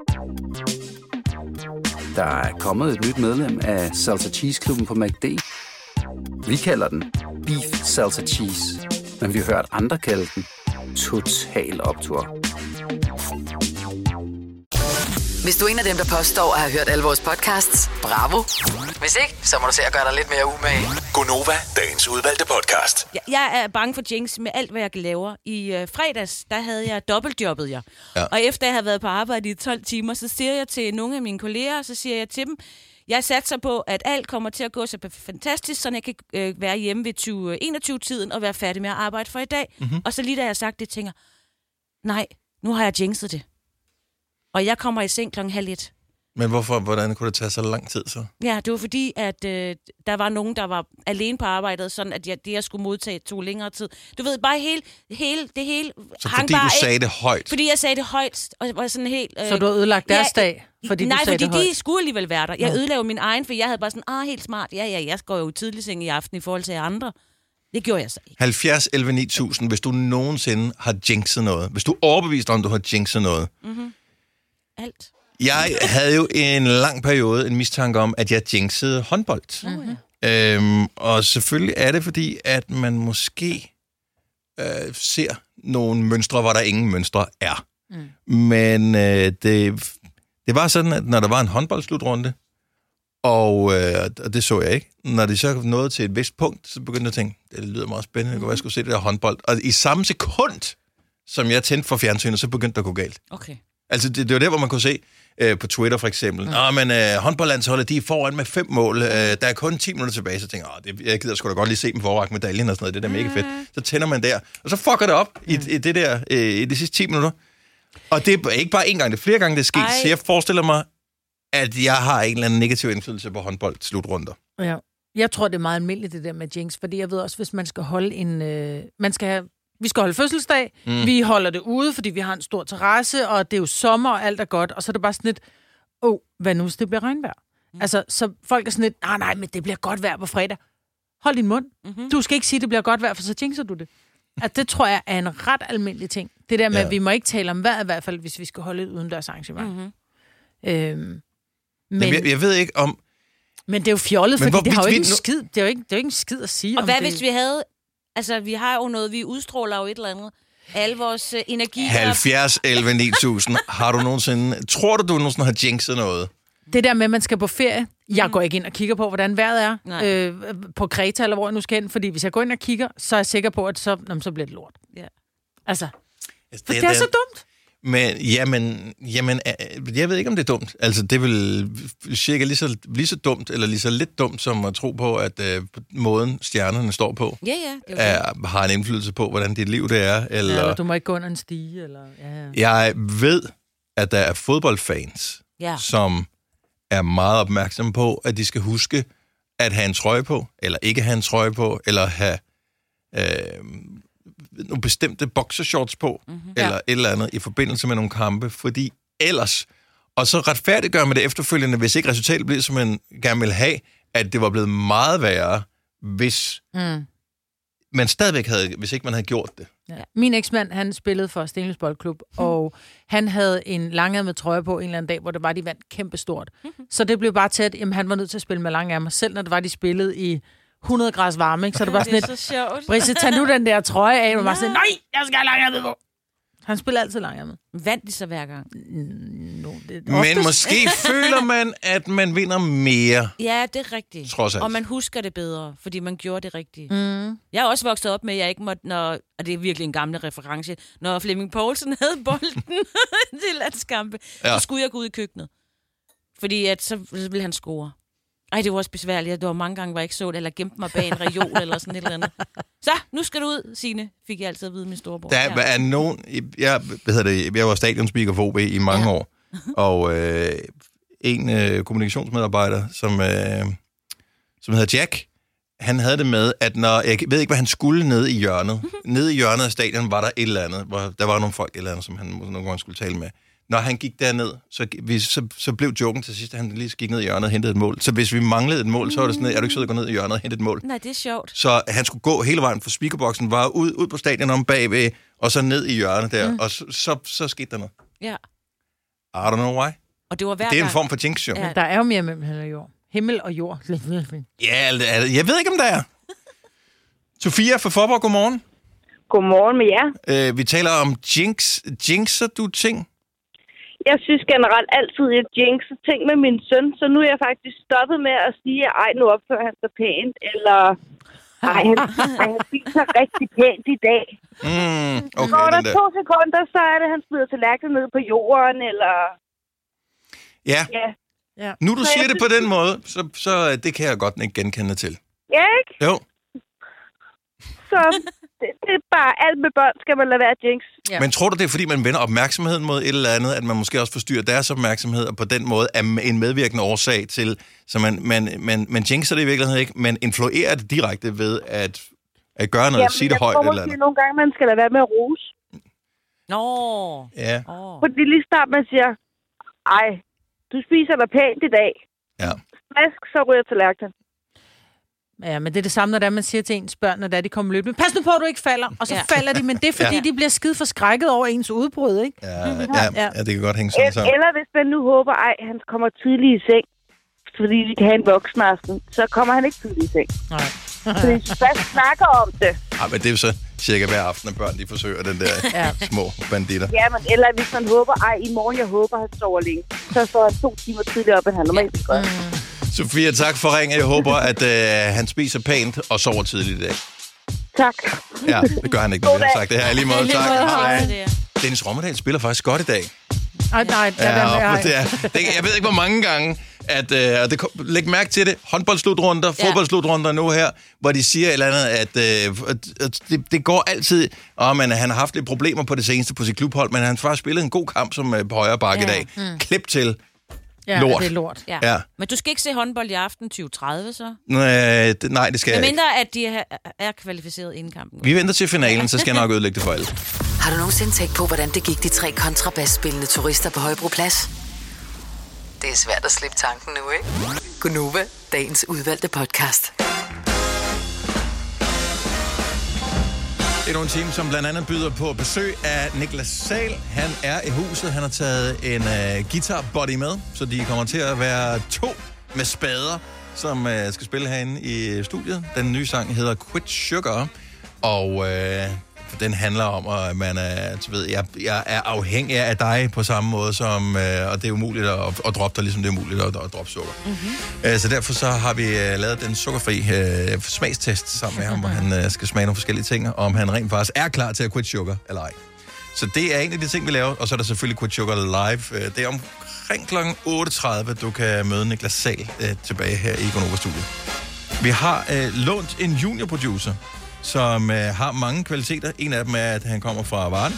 Speaker 15: Der er kommet et nyt medlem af Salsa Cheese Klubben på McD. Vi kalder den Beef Salsa Cheese, men vi har hørt andre kalde den Total Optur.
Speaker 6: Hvis du er en af dem, der påstår at have hørt alle vores podcasts, bravo. Hvis ikke, så må du se at gøre dig lidt mere umage.
Speaker 7: Gonova, dagens udvalgte podcast.
Speaker 3: Jeg er bange for jinx med alt, hvad jeg laver. I fredags, der havde jeg dobbeltjobbet jer. Ja. Og efter jeg havde været på arbejde i 12 timer, så siger jeg til nogle af mine kolleger, så siger jeg til dem, jeg satser på, at alt kommer til at gå så fantastisk, så jeg kan være hjemme ved 2021-tiden og være færdig med at arbejde for i dag. Mm-hmm. Og så lige da jeg har sagt det, tænker nej, nu har jeg jinxet det. Og jeg kommer i seng 12:30.
Speaker 1: Men hvordan kunne det tage så lang tid så?
Speaker 3: Ja, det var fordi, at der var nogen, der var alene på arbejdet, sådan at jeg skulle modtage tog længere tid. Du ved, bare det hele
Speaker 1: så fordi du sagde det højt?
Speaker 3: Fordi jeg sagde det højt, og var sådan helt...
Speaker 2: så du har ødelagt deres dag, fordi
Speaker 3: nej,
Speaker 2: du sagde det højt?
Speaker 3: Nej, fordi de skulle alligevel være der. Jeg ødelagde min egen, for jeg havde bare sådan, helt smart. Jeg går jo tidlig seng i aften i forhold til andre. Det gjorde jeg så ikke.
Speaker 1: 70 11 9000, hvis du nogensinde har jinxet noget. Hvis du er overbevist om, du har jinxet noget.
Speaker 3: Mm-hmm. Alt.
Speaker 1: Jeg havde jo en lang periode en mistanke om, at jeg jinxede håndbold. Mm-hmm. Og selvfølgelig er det fordi, at man måske ser nogle mønstre, hvor der ingen mønstre er. Mm. Men det var sådan, at når der var en håndboldslutrunde, og det så jeg ikke, når det så nåede til et vist punkt, så begyndte jeg at tænke, det lyder meget spændende, jeg kunne være, skulle se det der håndbold. Og i samme sekund, som jeg tændte for fjernsynet, så begyndte det at gå galt.
Speaker 3: Okay.
Speaker 1: Altså, det var der, hvor man kunne se på Twitter for eksempel. Håndboldlandsholdet, de er foran med 5 mål. Der er kun 10 minutter tilbage, så tænker jeg gider sgu da godt lige se dem forrække medaljen og sådan noget. Det er da mega fedt. Så tænder man der, og så fucker det op i det der, i de sidste 10 minutter. Og det er ikke bare én gang, det er flere gange, det er sket. Så jeg forestiller mig, at jeg har en eller anden negativ indflydelse på håndboldslutrunder.
Speaker 2: Ja. Jeg tror, det er meget almindeligt, det der med jinx, fordi jeg ved også, hvis man skal holde vi skal holde fødselsdag, vi holder det ude, fordi vi har en stor terrasse, og det er jo sommer, og alt er godt, og så er det bare sådan lidt, hvad nu, hvis det bliver regnvejr? Altså, så folk er sådan lidt, nej, men det bliver godt vejr på fredag. Hold din mund. Mm-hmm. Du skal ikke sige, det bliver godt vejr, for så jinxer du det. At det tror jeg er en ret almindelig ting. Det der med, at vi må ikke tale om vejr i hvert fald, hvis vi skal holde et udendørs arrangement. Mm-hmm.
Speaker 1: Men jeg ved ikke om...
Speaker 2: Men det er jo fjollet, fordi det har jo ikke en skid. Det er jo ikke en skid at sige.
Speaker 3: Og hvad hvis vi havde... Altså, vi har jo noget, vi udstråler jo et eller andet. Alle vores energi...
Speaker 1: 70 11 9000. Har du nogensinde... Tror du nogensinde har jinxet noget?
Speaker 2: Det der med, at man skal på ferie. Jeg går ikke ind og kigger på, hvordan vejret er. På Kreta, eller hvor jeg nu skal hen. Fordi hvis jeg går ind og kigger, så er jeg sikker på, at så bliver det lort.
Speaker 3: Ja.
Speaker 2: Altså, det er så dumt.
Speaker 1: Men, jamen, jeg ved ikke, om det er dumt. Altså, det er vel cirka lige så dumt, eller lige så lidt dumt, som at tro på, at måden stjernerne står på, har en indflydelse på, hvordan dit liv det er. Eller
Speaker 2: du må ikke gå under en stige. Eller,
Speaker 1: Jeg ved, at der er fodboldfans, som er meget opmærksomme på, at de skal huske at have en trøje på, eller ikke have en trøje på, eller have... nogle bestemte boxershorts på, eller et eller andet, i forbindelse med nogle kampe, fordi ellers, og så retfærdiggør man det efterfølgende, hvis ikke resultatet bliver, som man gerne vil have, at det var blevet meget værre, hvis man stadigvæk hvis ikke man havde gjort det.
Speaker 2: Ja. Min eksmand, han spillede for Stenløs Boldklub, og han havde en langærmet trøje på en eller anden dag, hvor det var, de vandt kæmpestort. Så det blev bare tæt, jamen han var nødt til at spille med langærmer, selv når det var, de spillede i 100 grader varme, ikke? Så det var sådan lidt,
Speaker 3: så sjovt.
Speaker 2: Brisse, tag nu den der trøje af, og var sådan, nej, jeg skal have langærmet på. Han spiller altid langærmet.
Speaker 3: Vandt de så hver gang?
Speaker 1: Men måske føler man, at man vinder mere.
Speaker 3: Ja, det er rigtigt.
Speaker 1: Trods alt.
Speaker 3: Og man husker det bedre, fordi man gjorde det rigtigt. Jeg er også vokset op med, at jeg ikke måtte, og det er virkelig en gammel reference, når Flemming Poulsen havde bolden til landskampe, så skulle jeg gå ud i køkkenet. Fordi så ville han score. Ej, det var også besværligt. Det var mange gange, hvor jeg ikke så det, eller gemte mig bag en reol, eller sådan et eller andet. Så, nu skal du ud, Signe, fik jeg altid at vide min storebror.
Speaker 1: Der er nogen... Jeg var stadionspeaker for OB i mange år, og en kommunikationsmedarbejder, som hedder Jack, han havde det med, at når... Jeg ved ikke, hvad han skulle nede i hjørnet. Nede i hjørnet af stadion var der et eller andet, hvor der var nogle folk et eller andet, som han nogle gange skulle tale med. Når han gik derned, så blev joken til sidst, at han lige gik ned i hjørnet og hentede et mål. Så hvis vi manglede et mål, så var det sådan, at jeg ikke sidde og gå ned i hjørnet og hente et mål.
Speaker 3: Nej, det er sjovt.
Speaker 1: Så han skulle gå hele vejen fra speakerboksen, var ud på stadion om bagved, og så ned i hjørnet der, og så skete der noget.
Speaker 3: Ja.
Speaker 1: I don't know why.
Speaker 3: Og det var hver
Speaker 1: Det er en
Speaker 3: gang.
Speaker 1: form for jinx, jo.
Speaker 2: Ja, der er jo mere mellem himmel og jord. Himmel og jord.
Speaker 1: Ja, jeg ved ikke, om der er. Sofia fra Forborg, godmorgen.
Speaker 16: Godmorgen med jer.
Speaker 1: Vi taler om jinx. Jinxer du ting?
Speaker 16: Jeg synes generelt altid, at jeg jinxer ting med min søn, så nu er jeg faktisk stoppet med at sige, ej, nu opfører han sig pænt, eller ej, han spiser rigtig pænt i dag.
Speaker 1: Okay,
Speaker 16: går der 2 sekunder, så er det, han smider tallerkenen ned på jorden, eller...
Speaker 1: Ja. Nu du
Speaker 16: Så
Speaker 1: siger
Speaker 16: jeg
Speaker 1: det på den måde, så det kan jeg godt ikke genkende til.
Speaker 16: Ja, ikke?
Speaker 1: Jo.
Speaker 16: Så det er bare alt med børn, skal man lade være jinx.
Speaker 1: Ja. Men tror du, det er, fordi man vender opmærksomheden mod et eller andet, at man måske også forstyrrer deres opmærksomhed, og på den måde er en medvirkende årsag til, så man jinxer det i virkeligheden ikke, men influerer det direkte ved at gøre noget, sige det højt eller andet?
Speaker 16: Jeg tror nogle gange, man skal lade være med at rose.
Speaker 3: Nå.
Speaker 1: Ja.
Speaker 16: Fordi lige snart man siger, ej, du spiser dig pænt i dag.
Speaker 1: Ja.
Speaker 16: Smask, så ryger tallerkenen.
Speaker 2: Ja, men det er det samme, når man siger til ens børn, når de kommer løbende. Pas nu på, at du ikke falder. Og så falder de, men det er fordi, de bliver skide forskrækket over ens udbrud, ikke?
Speaker 1: Ja, det kan godt hænge sådan sammen.
Speaker 16: Eller hvis man nu håber, han kommer tidligt i seng, fordi de kan have en voksenaften, så kommer han ikke tidligt i seng.
Speaker 2: Nej.
Speaker 16: Så vi først snakker om det.
Speaker 1: Ja, men det er jo så cirka hver aften, at børn de forsøger den der små banditter.
Speaker 16: Ja, men eller hvis man håber, i morgen jeg håber, han sover længe, så står han 2 timer tidligere op, end han normalt gør.
Speaker 1: Sofia, tak for ringen. Jeg håber, at han spiser pænt og sover tidligt i dag.
Speaker 16: Tak.
Speaker 1: Ja, det gør han ikke, når vi har sagt det her. I lige måde, tak. Hej. Dennis Rommedal spiller faktisk godt i dag.
Speaker 2: Nej.
Speaker 1: Jeg ved ikke, hvor mange gange, læg mærke til det, håndboldslutrunder, fodboldsslutrunder nu her, hvor de siger et eller andet, at det går altid, og han har haft lidt problemer på det seneste på sit klubhold, men han har faktisk spillet en god kamp som på højre bakke i dag. Klip til.
Speaker 2: Ja,
Speaker 1: lort.
Speaker 2: det er lort.
Speaker 1: Ja.
Speaker 3: Men du skal ikke se håndbold i aften 2030, så?
Speaker 1: Nej, det skal jeg ikke.
Speaker 3: Mindre, at de er kvalificeret inden kampen.
Speaker 1: Vi venter til finalen, så skal jeg nok ødelægge det for alle.
Speaker 6: Har du nogensinde tænkt på, hvordan det gik de 3 kontrabasspillende turister på Højbroplads? Det er svært at slippe tanken nu, ikke? Gunova, dagens udvalgte podcast.
Speaker 1: Det er nogle team, som blandt andet byder på besøg af Niklas Sahl. Han er i huset. Han har taget en guitar-buddy med, så de kommer til at være 2 med spader, som skal spille herinde i studiet. Den nye sang hedder Quit Sugar, og den handler om, at man er, jeg er afhængig af dig på samme måde som, og det er umuligt at droppe dig, ligesom det er umuligt at droppe sukker. Mm-hmm. Så derfor så har vi lavet den sukkerfri smagstest sammen med ham, hvor han skal smage nogle forskellige ting, og om han rent faktisk er klar til at quit sugar eller ej. Så det er en af de ting, vi laver, og så er der selvfølgelig Quit Sugar Live. Det er omkring kl. 8.30, du kan møde Niklas Sahl tilbage her i Gonova-studiet. Vi har lånt en juniorproducer, som har mange kvaliteter. En af dem er, at han kommer fra Varde.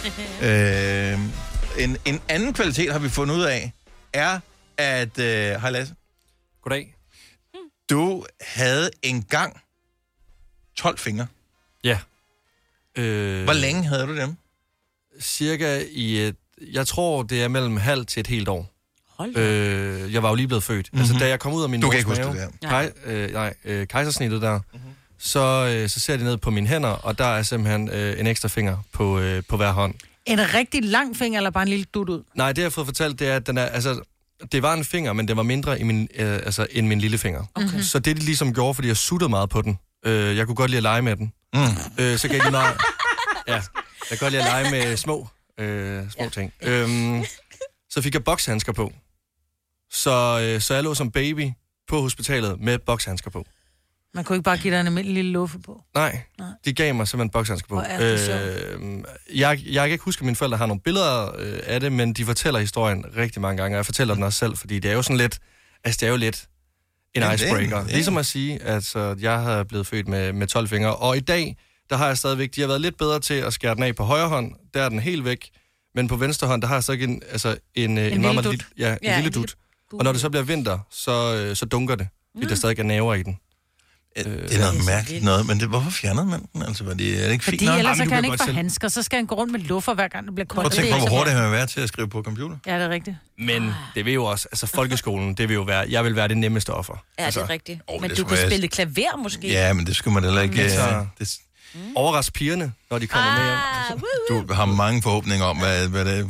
Speaker 1: En anden kvalitet har vi fundet ud af, er, at... Hej Lasse.
Speaker 17: Goddag.
Speaker 1: Du havde engang 12 fingre.
Speaker 17: Ja.
Speaker 1: Hvor længe havde du dem?
Speaker 17: Cirka jeg tror, det er mellem halvt til et helt år. Jeg var jo lige blevet født. Mm-hmm. Altså, da jeg kom ud af min mors mave, kejsersnittet der, så ser de ned på mine hænder, og der er simpelthen en ekstra finger på hver hånd.
Speaker 2: En rigtig lang finger, eller bare en lille dut ud?
Speaker 17: Nej, det jeg har fået fortalt, det er, at den er, altså, det var en finger, men det var mindre i end min lille finger.
Speaker 2: Okay.
Speaker 17: Så det de ligesom gjorde, fordi jeg suttede meget på den. Jeg kunne godt lide at lege med den. Så gav de mig... Ja, jeg kan godt lide at lege med små ting. Så fik jeg bokshandsker på. Så jeg lå som baby på hospitalet med bokshandsker på.
Speaker 2: Man kunne ikke bare give dig en almindelig lille luffe på?
Speaker 17: Nej, de gav mig simpelthen bokshandsker på. Jeg kan ikke huske, at mine forældre har nogle billeder af det, men de fortæller historien rigtig mange gange, og jeg fortæller den også selv, fordi det er jo sådan lidt... Altså, det er jo lidt... en icebreaker. Ligesom at sige, at jeg har blevet født med 12 fingre, og i dag, der har jeg stadigvæk, de har været lidt bedre til at skære den af på højre hånd, der er den helt væk, men på venstre hånd, der har jeg så ikke en meget dut. Ja, en lille dut. Og når det så bliver vinter, så dunker det, fordi der stadig er næver i den.
Speaker 1: Det er noget mærkeligt noget, men hvorfor fjernede man den? Altså, er det ikke fint nok?
Speaker 2: Fordi ellers så kan han ikke få handsker, så skal han gå rundt med luffer, hver gang det bliver koldt.
Speaker 1: Prøv at tænke på, hvor hurtigt han vil være til at skrive på computer.
Speaker 2: Ja, det er rigtigt.
Speaker 17: Men det vil jo også, altså folkeskolen, det vil jo være, jeg vil være det nemmeste offer.
Speaker 3: Ja, det er rigtigt. Men du kan spille klaver måske.
Speaker 1: Ja, men det skulle man heller ikke...
Speaker 17: Overrask pigerne, når de kommer med.
Speaker 1: Du har mange forhåbninger om, hvad det...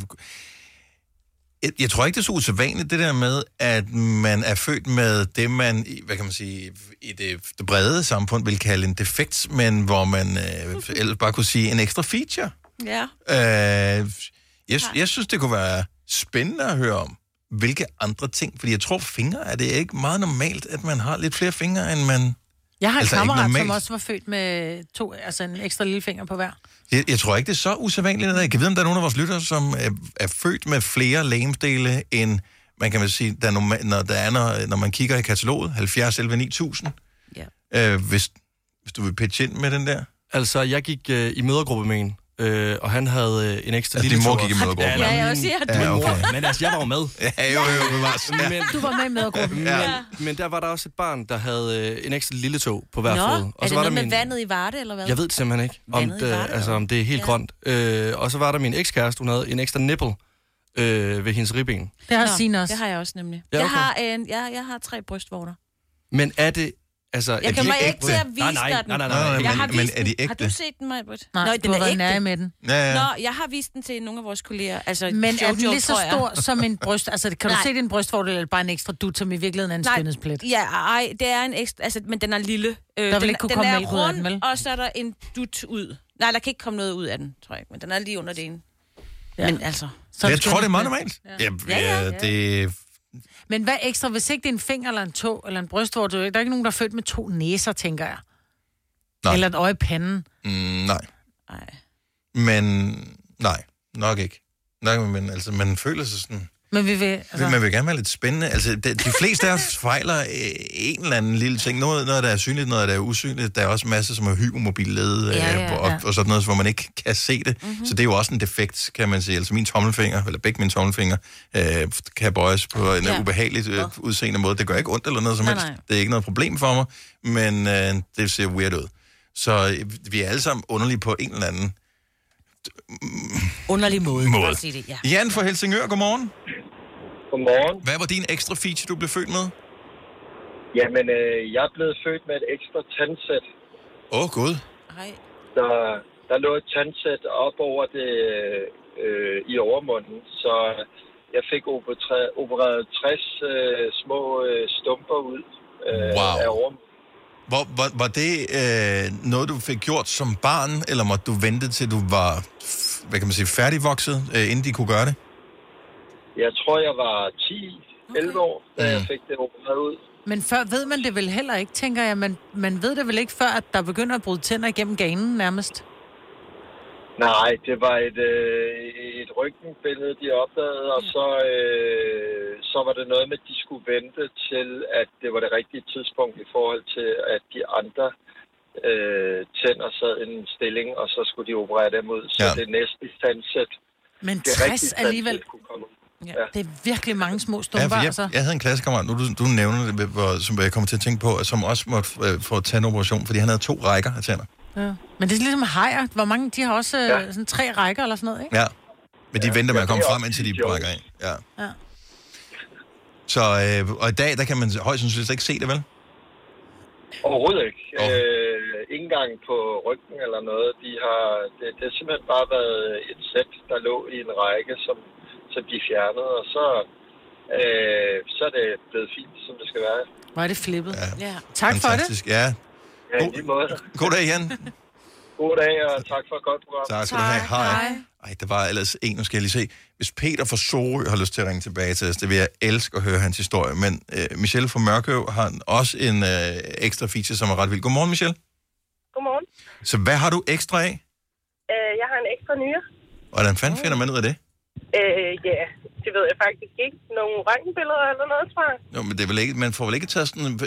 Speaker 1: Jeg tror ikke, det er så usædvanligt, det der med, at man er født med det, man, hvad kan man sige, i det brede samfund vil kalde en defekt, men hvor man ellers bare kunne sige en ekstra feature.
Speaker 3: Ja.
Speaker 1: Jeg synes, det kunne være spændende at høre om, hvilke andre ting, fordi jeg tror, fingre er det ikke meget normalt, at man har lidt flere fingre, end man...
Speaker 2: Jeg har en kammerat, som også var født med en ekstra lillefinger på hver.
Speaker 1: Jeg tror ikke, det er så usædvanligt. Jeg kan vide, om der er nogen af vores lyttere, som er født med flere legemsdele, end man kan sige, når man kigger i kataloget, 70 11 9000. Ja. Hvis du vil pitche ind med den der.
Speaker 17: Altså, jeg gik i mødergruppe med en. Og han havde en ekstra lille
Speaker 1: din mor gik i mødergruppe.
Speaker 3: Ja, jeg også siger, at du
Speaker 17: okay. Men altså, jeg var jo med.
Speaker 1: Ja, jo.
Speaker 2: Du var med i mødergruppen.
Speaker 17: Men der var der også et barn, der havde en ekstra lille tog på hver fod.
Speaker 3: Og er det noget med vandet i Varde, eller hvad?
Speaker 17: Jeg ved det simpelthen ikke, om det er helt grønt. Og så var der min ekskæreste, hun havde en ekstra nipple ved hendes ribben.
Speaker 2: Det har Signe også.
Speaker 3: Det har jeg også nemlig.
Speaker 17: Ja, okay.
Speaker 3: Jeg har 3 brystvorter.
Speaker 17: Men er det... Altså,
Speaker 3: jeg kommer ikke til at vise dig den.
Speaker 1: Nej, men er de ægte?
Speaker 3: Har du set den, Majbrit?
Speaker 2: Nej, du har været nære med den.
Speaker 1: Ja.
Speaker 3: Nå, jeg har vist den til nogle af vores kolleger. Altså,
Speaker 2: men er den lige så stor som en bryst? Altså, kan du se din brystvorte, eller bare en ekstra dut, som i virkeligheden er en skønhedsplet?
Speaker 3: Ja, det er en ekstra, altså, men den er lille.
Speaker 2: Der vil ikke kunne komme mælk ud af den, vel?
Speaker 3: Og så er der en dut ud. Nej, der kan ikke komme noget ud af den, tror jeg. Men den er lige under det ene. Ja. Men altså...
Speaker 1: Jeg tror, det er meget normalt.
Speaker 3: Ja.
Speaker 1: Det...
Speaker 2: Men hvad ekstra, hvis ikke det er en finger eller en tå eller en brystvorte? Der er ikke nogen, der er født med 2 næser, tænker jeg.
Speaker 1: Nej.
Speaker 2: Eller et øje i panden.
Speaker 1: Nej. Men nej, nok ikke. Men altså, man føler sig sådan...
Speaker 2: Men vi vil... Altså...
Speaker 1: Man vil gerne være lidt spændende. Altså, de fleste af os fejler en eller anden lille ting. Noget, der er synligt, noget, der er usynligt. Der er også masser, som er hypermobillede og sådan noget, hvor man ikke kan se det. Mm-hmm. Så det er jo også en defekt, kan man sige. Altså min tommelfinger, eller begge mine tommelfinger, kan bøjes på en ubehageligt udseende måde. Det gør ikke ondt eller noget som helst. Det er ikke noget problem for mig, men det ser weird ud. Så vi er alle sammen underlige på en eller anden
Speaker 3: underlig måde.
Speaker 1: Det, ja. Jan fra Helsingør, godmorgen.
Speaker 18: Godmorgen.
Speaker 1: Hvad var din ekstra feature, du blev født med?
Speaker 18: Jamen, jeg er blevet født med et ekstra tandsæt.
Speaker 1: Gud.
Speaker 18: Der lå et tandsæt op over det i overmunden, så jeg fik opereret 60 små stumper ud af overmunden.
Speaker 1: Var det noget, du fik gjort som barn, eller måtte du vente til du var, hvad kan man sige, færdigvokset, inden de kunne gøre det?
Speaker 18: Jeg tror, jeg var 10-11 år, da jeg fik det opereret ud.
Speaker 2: Men før ved man det vel heller ikke, tænker jeg. Man ved det vel ikke før, at der begynder at bryde tænder igennem ganen nærmest?
Speaker 18: Nej, det var et røntgenbillede, de opdagede, og så var det noget med, at de skulle vente til, at det var det rigtige tidspunkt i forhold til, at de andre tænder sad i en stilling, og så skulle de operere dem ud. Så det næste tandsæt...
Speaker 2: Men 60 alligevel... Ja. Det er virkelig mange små stumper, altså.
Speaker 1: Jeg havde en klassekammerat, du nævner det, som jeg kommer til at tænke på, som også måtte få tandoperation, fordi han havde 2 rækker af tænder.
Speaker 2: Ja. Men det er ligesom hajer. Hvor mange, de har også sådan 3 rækker eller sådan noget, ikke?
Speaker 1: Ja. Men de venter med at komme frem, indtil de brækker af. Ja. Så, og i dag, der kan man højst sandsynligt ikke se det, vel?
Speaker 18: Overhovedet ikke. Ingen gang på ryggen eller noget. Det har simpelthen bare været et sæt, der lå i en række, som de fjernede, og så er det blevet fint, som det skal være.
Speaker 2: Hvor er det flippet. Ja. Tak for det.
Speaker 1: Ja. God dag, Jan.
Speaker 18: God dag, og tak for et godt program.
Speaker 1: Tak skal du have. Hej. Ej, der var ellers en, nu skal jeg lige se. Hvis Peter fra Sorø har lyst til at ringe tilbage til os, det vil jeg elske at høre hans historie. Men Michelle fra Mørkøv har også en ekstra feature, som er ret vild. Godmorgen, Michelle.
Speaker 19: Godmorgen.
Speaker 1: Så hvad har du ekstra af?
Speaker 19: Jeg har en ekstra nyre.
Speaker 1: Hvordan fanden finder man ud af det?
Speaker 19: Det ved jeg faktisk ikke. Nogle røntgenbilleder eller noget, tror jeg.
Speaker 1: Jo, men det er vel ikke, man får vel ikke taget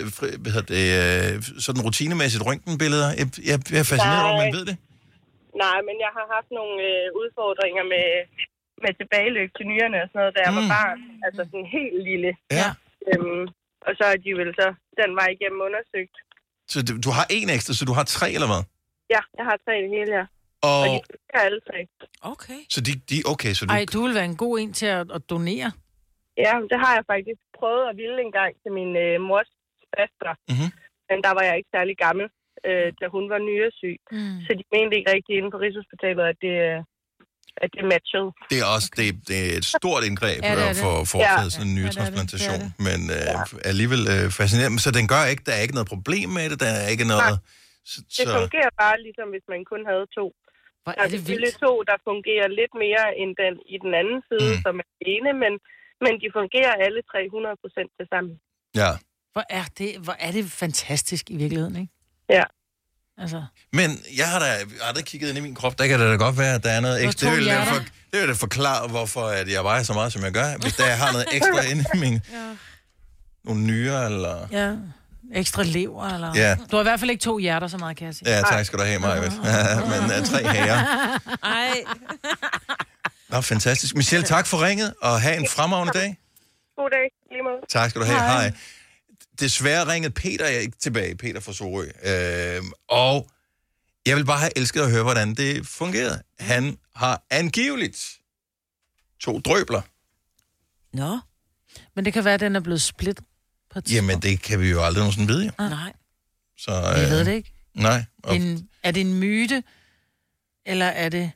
Speaker 1: sådan rutinemæssigt røntgenbilleder? Jeg er fascineret over, man ved det.
Speaker 19: Nej, men jeg har haft nogle udfordringer med tilbageløb til nyrerne og sådan noget, da jeg var barn. Altså sådan helt lille.
Speaker 1: Ja.
Speaker 19: Og så er de vel så den vej igennem undersøgt.
Speaker 1: Så du har en ekstra, så du har 3 eller hvad?
Speaker 19: Ja, jeg har 3 i det hele, ja. Og de er alle 3.
Speaker 3: Okay.
Speaker 1: Så så du...
Speaker 2: Ej, du vil være en god en til at donere.
Speaker 19: Ja, det har jeg faktisk prøvet at ville en gang til min mors faster.
Speaker 1: Mm-hmm.
Speaker 19: Men der var jeg ikke særlig gammel, da hun var nyresyg. Så de mente ikke rigtig inde på Rigshospitalet, at det matchede.
Speaker 1: Det er også det er et stort indgreb at få foretaget sådan en nyretransplantation, men alligevel fascinerende. Så den gør ikke, der er ikke noget problem med det, der er ikke noget...
Speaker 19: Nej, det fungerer bare ligesom, hvis man kun havde 2.
Speaker 2: Hvor
Speaker 19: der er selvfølgelig 2, der fungerer lidt mere end den i den anden side, som er ene, men de fungerer alle 300% til sammen.
Speaker 1: Ja.
Speaker 2: Hvor er det fantastisk i virkeligheden, ikke?
Speaker 19: Ja.
Speaker 2: Altså.
Speaker 1: Men jeg har da aldrig kigget ind i min krop. Der kan det da godt være, at der er noget ekstra. Det vil da forklare, hvorfor at jeg vejer så meget, som jeg gør. Hvis der har noget ekstra inde i min... Nogle nyrer, eller...
Speaker 2: Ja, ekstra lever, eller...
Speaker 1: Ja.
Speaker 2: Du har i hvert fald ikke 2 hjerter, så meget kan jeg sige.
Speaker 1: Ja, tak skal du have, Maja. Men 3 hager.
Speaker 3: Ej.
Speaker 1: Nå, fantastisk. Michelle, tak for ringet, og have en fremragende dag.
Speaker 19: God dag, lige måde.
Speaker 1: Tak skal du have. Hej. Desværre ringede Peter ikke tilbage, Peter fra Sorø. Og jeg vil bare have elsket at høre, hvordan det fungerede. Han har angiveligt 2 drøbler.
Speaker 3: Nå.
Speaker 2: Men det kan være, at den er blevet splittet på et
Speaker 1: Jamen, det kan vi jo aldrig nogensinde vide, jo.
Speaker 2: Nej.
Speaker 1: Så,
Speaker 2: Jeg ved det ikke.
Speaker 1: Nej.
Speaker 2: Er det en myte, eller er det...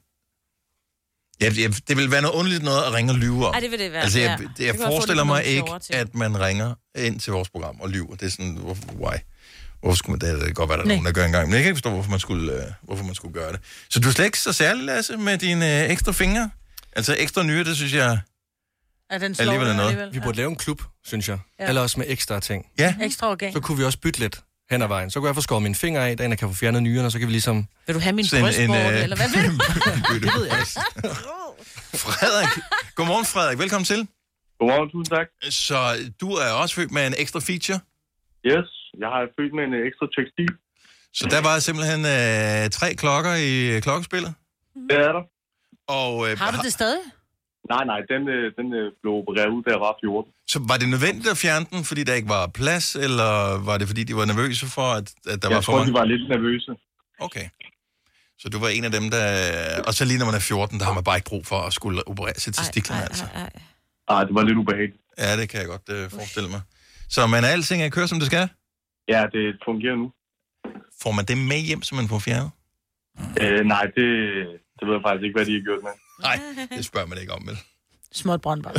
Speaker 1: Ja, det vil være noget underligt noget at ringe og lyve om.
Speaker 3: Ej, det vil det være.
Speaker 1: Altså, jeg forestiller mig ikke,
Speaker 3: at
Speaker 1: man ringer ind til vores program og lyver. Det er sådan, hvorfor skulle man det? Det kan godt være, der er nogen, der gør engang. Men jeg kan ikke forstå, hvorfor man skulle gøre det. Så du er slet ikke så særlig, Lasse, med dine ekstra fingre? Altså, ekstra nyre, det synes jeg alligevel er noget.
Speaker 17: Vi burde lave en klub, synes jeg. Ja. Eller også med ekstra ting.
Speaker 1: Ja.
Speaker 2: Ekstra organ.
Speaker 17: Så kunne vi også bytte lidt hen ad vejen. Så kunne jeg få skåret mine fingre af, der kan få fjernet nyrerne, og så kan vi ligesom...
Speaker 3: Vil du have min brystvorte, eller hvad vil du?
Speaker 17: Det ved jeg ikke.
Speaker 1: Frederik. Godmorgen, Frederik. Velkommen til.
Speaker 20: Godmorgen, tusind tak.
Speaker 1: Så du er også født med en ekstra feature?
Speaker 20: Yes, jeg har født med en ekstra tekstil.
Speaker 1: Så der var simpelthen 3 klokker i klokkespillet?
Speaker 20: Det er der.
Speaker 1: Og,
Speaker 2: har du det stadig?
Speaker 20: Nej, den blev opereret ud, da jeg var 14.
Speaker 1: Så var det nødvendigt at fjerne den, fordi der ikke var plads, eller var det, fordi de var nervøse for, at der var for mange?
Speaker 20: Jeg tror, de var lidt nervøse.
Speaker 1: Okay. Så du var en af dem, der... Og så lige når man er 14, der har man bare ikke brug for at skulle operere sig til stiklerne, altså.
Speaker 20: Ej, det var lidt ubehageligt.
Speaker 1: Ja, det kan jeg godt forestille mig. Så man alting er kørt, som det skal?
Speaker 20: Ja, det fungerer nu.
Speaker 1: Får man det med hjem, som man får fjernet?
Speaker 20: Nej, det ved jeg faktisk ikke, hvad de har gjort med.
Speaker 1: Nej, det spørger man ikke om, vel?
Speaker 2: Småt brandbar.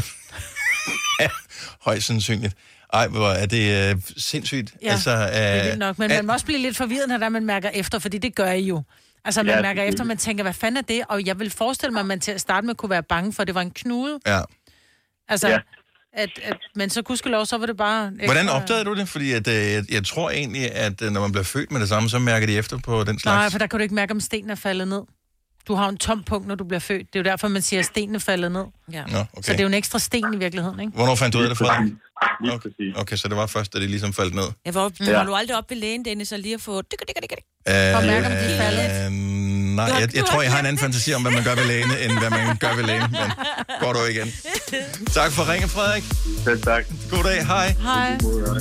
Speaker 1: Ja, højst sandsynligt. Ej, hvor er det sindssygt.
Speaker 2: Ja, altså, det er vildt nok. Men man må også blive lidt forvirret, når man mærker efter, fordi det gør I jo. Altså, man mærker efter, man tænker, hvad fanden er det? Og jeg vil forestille mig, at man til at starte med kunne være bange for, at det var en knude.
Speaker 1: Ja.
Speaker 2: Altså, men så gudskelov, så var det bare... Ekstra...
Speaker 1: Hvordan opdagede du det? Fordi jeg tror egentlig, at når man bliver født med det samme, så mærker de efter på den slags.
Speaker 2: Nej, for der kan du ikke mærke, om stenen er faldet ned. Du har en tom punkt, når du bliver født. Det er jo derfor, man siger, at stenen er faldet ned. Ja.
Speaker 1: Nå, okay.
Speaker 2: Så det er jo en ekstra sten i virkeligheden, ikke?
Speaker 1: Hvornår fandt du ud af det, Frederik? Okay, så det var først, da det ligesom faldt ned.
Speaker 3: Var du aldrig op ved lægen, Dennis, og lige at få...
Speaker 2: Og mærke, om de er faldet?
Speaker 1: Nej, jeg tror, jeg har en anden fantasi om, hvad man gør ved lægen, end hvad man gør ved lægen. Men går du igen. Tak for ringen, Frederik.
Speaker 20: Selv tak.
Speaker 1: God dag, hej.
Speaker 2: Hej.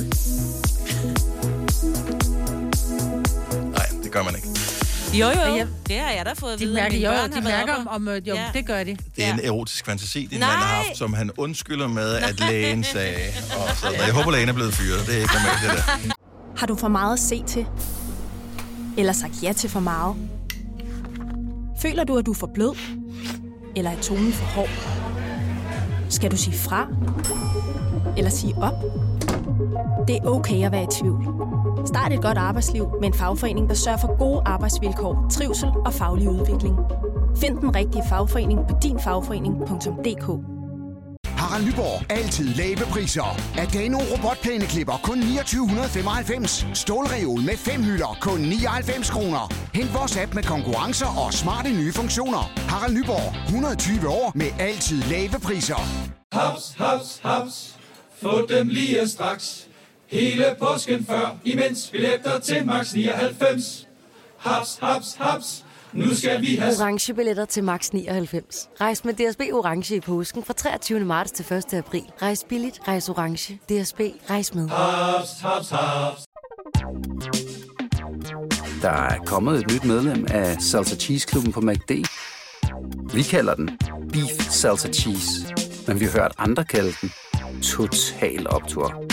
Speaker 1: Nej, det gør man ikke.
Speaker 3: Jo, det har jeg da fået at vide.
Speaker 2: De mærker om det gør de.
Speaker 1: Det er en erotisk fantasi, din mand har haft, som han undskylder med, at lægen sagde. Og så, jeg håber, lægen er blevet fyret. Det er ikke normalt, det der.
Speaker 11: Har du for meget at se til? Eller sagt ja til for meget? Føler du, at du er for blød? Eller er tonen for hård? Skal du sige fra? Eller sige op? Det er okay at være i tvivl. Start et godt arbejdsliv med en fagforening, der sørger for gode arbejdsvilkår, trivsel og faglig udvikling. Find den rigtige fagforening på dinfagforening.dk.
Speaker 12: Harald Nyborg. Altid lave priser. Adano robotplæneklipper kun 2995. Stålreol med 5 hylder kun 99 kroner. Hent vores app med konkurrencer og smarte nye funktioner. Harald Nyborg. 120 år med altid lave priser.
Speaker 13: Haps, haps, haps. Få dem lige straks. Hele påsken før, imens billetter til max 99. Haps, haps, haps. Nu skal vi have
Speaker 14: Orange billetter til max 99. Rejs med DSB Orange i påsken fra 23. marts til 1. april. Rejs billigt, rejs orange. DSB, rejs med.
Speaker 13: haps, haps, haps.
Speaker 15: Der er kommet et nyt medlem af Salsa Cheese Klubben på McD. Vi kalder den Beef Salsa Cheese, men vi har hørt andre kalde den Total Optur.